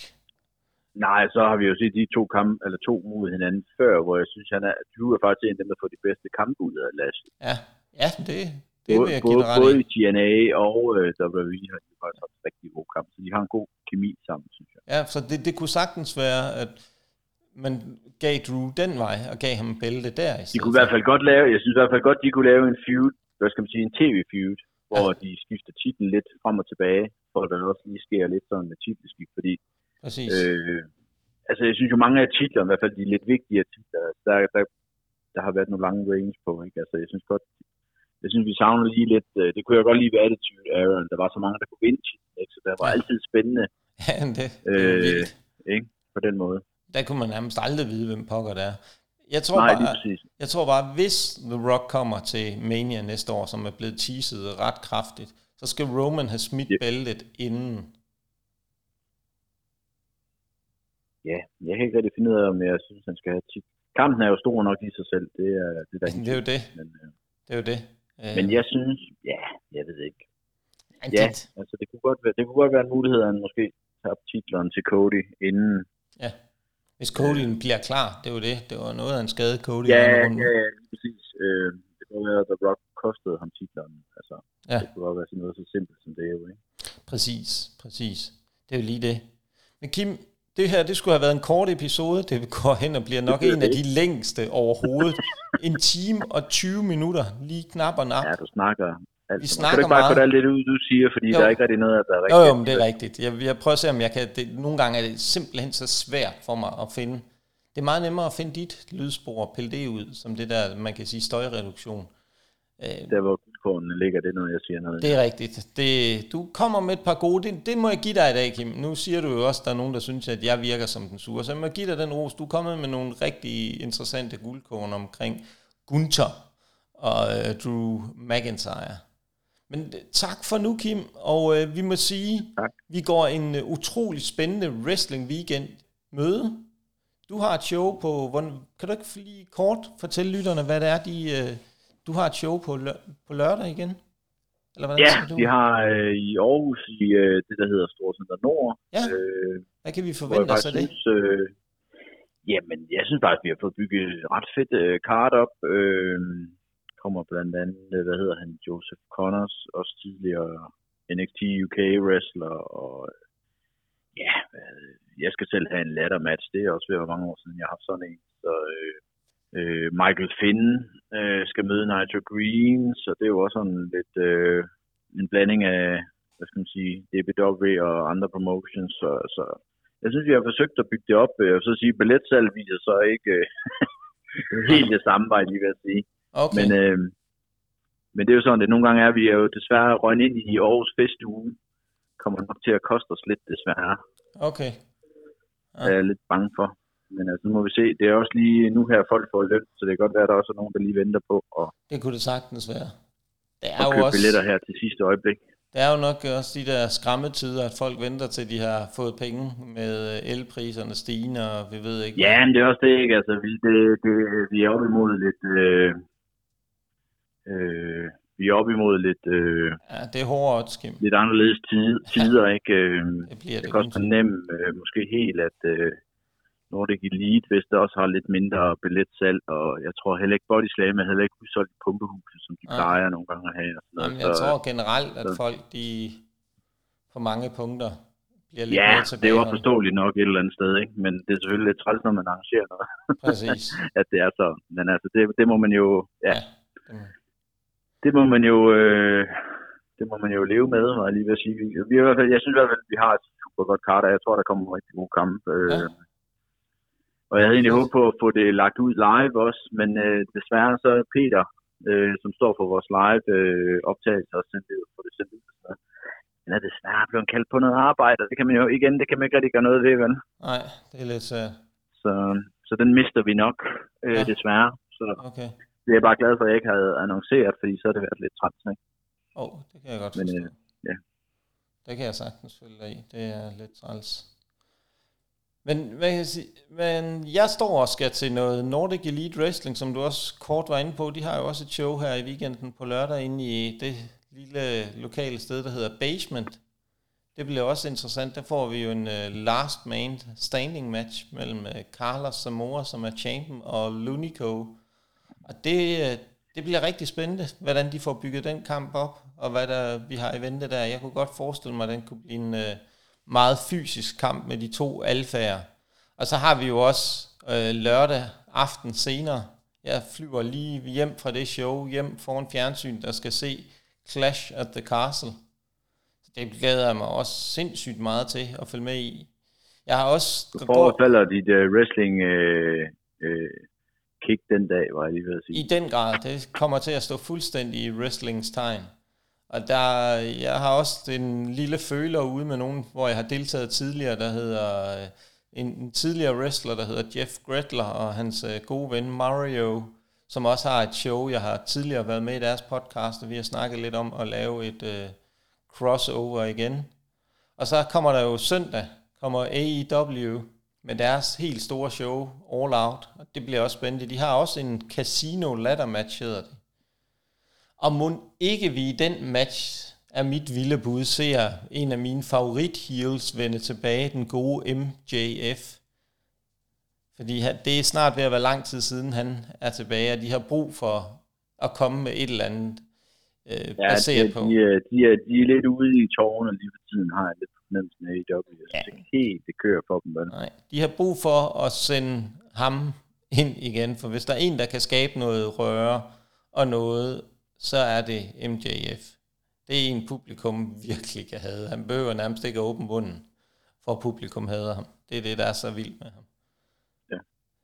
Nej, så har vi jo set de to kampe, eller to mod hinanden før, hvor jeg synes, han er, Drew er faktisk en af dem, der får de bedste kampe ud af Lashley. Ja, ja det, det både, vil jeg give dig ret i. Både i T N A og øh, W W E har de faktisk haft rigtig gode kampe, så de har en god kemi sammen, synes jeg. Ja, så det, det kunne sagtens være, at man gav Drew den vej, og gav ham bælte der. De kunne i hvert fald godt lave, jeg synes i hvert fald godt, de kunne lave en feud, hvad skal man sige, en tv-feud, hvor ja. de skifter titlen lidt frem og tilbage, for at der også lige sker lidt sådan med titelskift, fordi Præcis. Øh, altså jeg synes jo mange af titlerne, i hvert fald de lidt vigtige titler, der, der, der har været nogle lange range på, ikke? Altså jeg synes godt, jeg synes vi savner lige lidt, øh, det kunne jeg godt lide ved Attitude Era, der var så mange, der kunne vinde titlen, ikke? Så det var ja. altid spændende. Ja, det, det er øh, vildt. Ikke? På den måde. Der kunne man nærmest aldrig vide, hvem pokker der er. Jeg tror, Nej, bare, jeg tror bare, hvis The Rock kommer til Mania næste år, som er blevet teaset ret kraftigt, så skal Roman have smidt yeah. bæltet inden. Ja, jeg kan ikke rigtig finde ud af, om jeg synes, han skal have tit. Kampen er jo stor nok i sig selv. Det er, det er, det er jo det. Men, øh, det er jo det. Men jeg synes, ja, jeg ved ikke. Ja, altså det kunne godt være, det kunne godt være en mulighed, at han måske tager titlen til Cody inden. Ja, hvis Cody øh, bliver klar, det var det. Det var noget af en skade, Cody. Ja, ja, ja, præcis. Øh, det kunne være, at The Rock kostede ham titlen. Altså, ja. Det kunne godt være sådan noget så simpelt som det er jo, ikke? Præcis, præcis. Det er jo lige det. Men Kim, det her, det skulle have været en kort episode. Det går hen og bliver nok en af de længste overhovedet. En time og tyve minutter, lige knap og nap. Ja, du snakker. Altså, Vi snakker kan du ikke bare få det lidt ud, du siger, fordi jo. Der er ikke rigtig noget, der er rigtigt. Jo, jo, men det er rigtigt. Jeg, jeg prøver at se, om jeg kan... Det, nogle gange er det simpelthen så svært for mig at finde. Det er meget nemmere at finde dit lydspor og pille det ud, som det der, man kan sige, støjreduktion. Der hvor guldkornene ligger, det er noget, jeg siger noget. Det er rigtigt. Det, du kommer med et par gode, det, det må jeg give dig i dag, Kim. Nu siger du jo også, at der er nogen, der synes, at jeg virker som den sure. Så jeg må give dig den ros. Du er kommet med nogle rigtig interessante guldkorn omkring Gunther og uh, Drew McIntyre. Men tak for nu, Kim, og øh, vi må sige, tak. Vi går en uh, utrolig spændende wrestling weekend møde. Du har et show på, hvordan, kan du ikke lige kort fortælle lytterne, hvad det er, de, uh, du har et show på, lø- på lørdag igen? Eller hvordan ja, du? vi har øh, i Aarhus i øh, det, der hedder Storcenter Nord. Ja, øh, hvad kan vi forvente os af det? Synes, øh, jamen, jeg synes faktisk, vi har fået bygget ret fedt øh, card op. Øh, kommer blandt andet, hvad hedder han, Joseph Connors, også tidligere N X T U K wrestler, og ja, jeg skal selv have en ladder match, det er også ved at være mange år siden, jeg har haft sådan en, så øh, øh, Michael Finn øh, skal møde Nitro Green, så det er jo også sådan lidt øh, en blanding af, hvad skal man sige, D B W og andre promotions, så, så jeg synes, vi har forsøgt at bygge det op, og så sige, billetsalg viser så ikke øh, helt det samme, var jeg lige ved at sige. Okay. Men, øh, men det er jo sådan, at nogle gange er vi jo desværre røgnet ind i Aarhus festuge. Kommer nok til at koste os lidt, desværre. Okay. Ja. Det er jeg lidt bange for. Men altså, nu må vi se. Det er også lige nu her, folk får løn, så det kan godt være, at der også er nogen, der lige venter på. Og, det kunne det sagtens være. Det er og jo købe også billetter her til sidste øjeblik. Det er jo nok også de der skræmmetider, at folk venter til, de har fået penge med elpriserne stigende, og vi ved ikke... Ja, men det er også det, ikke? Altså, vi, det, det, vi er oppe imod lidt... Øh, øh, vi er oppe imod lidt... Øh, ja, det er hårdt odds, Kim. Lidt anderledes tid, tider, ja, ikke? Øh, det bliver det. Det kan også fornemme øh, måske helt, at... Øh, Nordic Elite, hvis det også har lidt mindre billetsalg, og jeg tror heller ikke Body Slam er heller ikke udsolgt i pumpehuset, som de ja. plejer nogle gange at have. Og sådan noget. Jamen, jeg så, tror generelt, at så. folk, de på mange punkter bliver lidt ja, mere tilbage. Ja, det er jo også forståeligt nok et eller andet sted, ikke? Men det er selvfølgelig lidt træls, når man arrangerer noget. Præcis. at det er så. Men altså, det, det må man jo, ja, ja det, må. det må man jo, øh, det må man jo leve med, og lige vil sige. Vi, i hvert fald, jeg synes i hvert fald, at vi har et super godt kart, og jeg tror, der kommer en rigtig god kamp. Øh, ja. Og jeg havde egentlig håbet på at få det lagt ud live også, men øh, desværre så er Peter, øh, som står for vores live øh, optagelse og sendt det, for det sendt ud. Men er desværre blevet kaldt på noget arbejde, og det kan man jo igen, det kan man ikke rigtig gøre noget ved, vel? Nej, det er lidt svært. Så, så den mister vi nok, øh, ja. desværre. Så okay. Det er jeg bare glad for, at jeg ikke havde annonceret, fordi så har det været lidt træt, ikke? Åh, oh, det kan jeg godt men, forstå. Øh, ja. Det kan jeg sagtens følge dig i. Det er lidt træls. Men, hvad kan jeg sige? Men jeg står og skal til noget Nordic Elite Wrestling, som du også kort var inde på. De har jo også et show her i weekenden på lørdag inde i det lille lokale sted, der hedder Basement. Det bliver også interessant. Der får vi jo en uh, last man standing match mellem uh, Carlos Zamora, som er champion, og Lunico. Og det, uh, det bliver rigtig spændende, hvordan de får bygget den kamp op, og hvad der, vi har i vente der. Jeg kunne godt forestille mig, at den kunne blive en... Uh, meget fysisk kamp med de to alfaer. Og så har vi jo også øh, lørdag aften senere. Jeg flyver lige hjem fra det show, hjem foran fjernsyn, der skal se Clash at the Castle. Så det glæder jeg mig også sindssygt meget til at følge med i. Jeg har også... Du forfalder dit uh, wrestling uh, uh, kick den dag, var jeg lige ved at sige. I den grad. Det kommer til at stå fuldstændig i wrestlings tegn. Og der, jeg har også en lille føler ude med nogen, hvor jeg har deltaget tidligere, der hedder en, en tidligere wrestler, der hedder Jeff Gretler, og hans uh, gode ven Mario, som også har et show. Jeg har tidligere været med i deres podcast, og vi har snakket lidt om at lave et uh, crossover igen. Og så kommer der jo søndag, kommer A E W med deres helt store show, All Out, og det bliver også spændende. De har også en casino ladder match, hedder det. Og må ikke vi i den match af mit vilde bud ser en af mine favorit heels vende tilbage, den gode M J F. Fordi det er snart ved at være lang tid siden, han er tilbage, og de har brug for at komme med et eller andet øh, ja, baseret det, på. De, er, de, er, de er lidt ude i tårerne lige for tiden, har jeg lidt fornemmelse med A E W. Jeg synes ikke helt, det kører for dem. Vel? Nej, de har brug for at sende ham ind igen, for hvis der er en, der kan skabe noget røre og noget, så er det M J F. Det er en, publikum virkelig kan have. Han behøver nærmest ikke at åbne munden, for publikum hader ham. Det er det, der er så vildt med ham. Ja.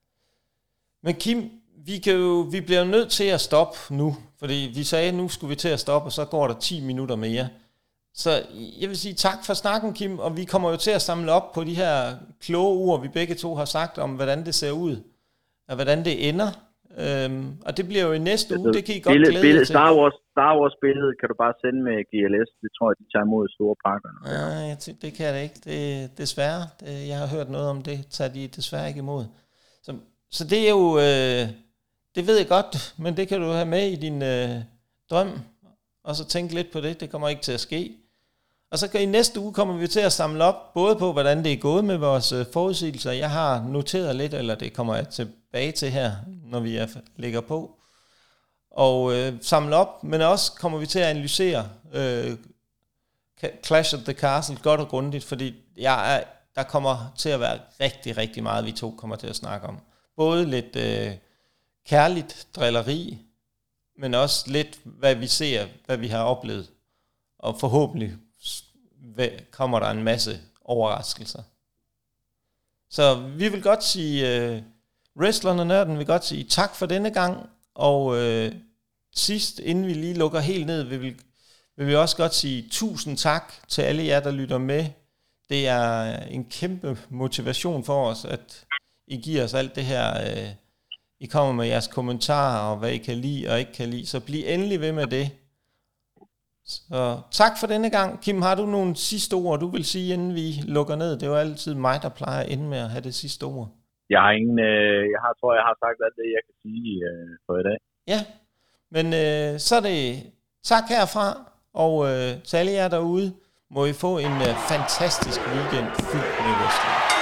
Men Kim, vi, kan jo, vi bliver nødt til at stoppe nu, fordi vi sagde, at nu skulle vi til at stoppe, og så går der ti minutter mere. Så jeg vil sige tak for snakken, Kim, og vi kommer jo til at samle op på de her kloge ord, vi begge to har sagt om, hvordan det ser ud, og hvordan det ender. Øhm, og det bliver jo i næste uge, det kan I godt billede, glæde billede, til. Star Wars, Star Wars billede kan du bare sende med G L S. Det tror jeg, de tager imod store pakker. Nej, det kan jeg da ikke. Det, desværre. Det, jeg har hørt noget om det. Tager de desværre ikke imod. Så, så det er jo... Øh, det ved jeg godt, men det kan du have med i din øh, drøm. Og så tænke lidt på det. Det kommer ikke til at ske. Og så i næste uge kommer vi til at samle op, både på, hvordan det er gået med vores øh, forudsigelser. Jeg har noteret lidt, eller det kommer jeg tilbage til her, når vi er, ligger på. Og øh, samle op, men også kommer vi til at analysere øh, Clash of the Castle godt og grundigt, fordi jeg er, der kommer til at være rigtig, rigtig meget, vi to kommer til at snakke om. Både lidt øh, kærligt drilleri, men også lidt, hvad vi ser, hvad vi har oplevet. Og forhåbentlig kommer der en masse overraskelser. Så vi vil godt sige, øh, wrestlerne og nørden vil godt sige tak for denne gang, og øh, sidst, inden vi lige lukker helt ned, vil vi, vil vi også godt sige tusind tak til alle jer, der lytter med. Det er en kæmpe motivation for os, at I giver os alt det her. Øh, I kommer med jeres kommentarer, og hvad I kan lide og ikke kan lide, så bliv endelig ved med det. Så tak for denne gang. Kim, har du nogle sidste ord, du vil sige, inden vi lukker ned? Det er jo altid mig, der plejer at ende med at have det sidste ord. Jeg har ingen, øh, jeg har, tror, jeg har sagt alt det, jeg kan sige øh, for i dag. Ja, men øh, så er det tak herfra, og øh, til alle jer derude, må I få en øh, fantastisk weekend fyldt med wrestling.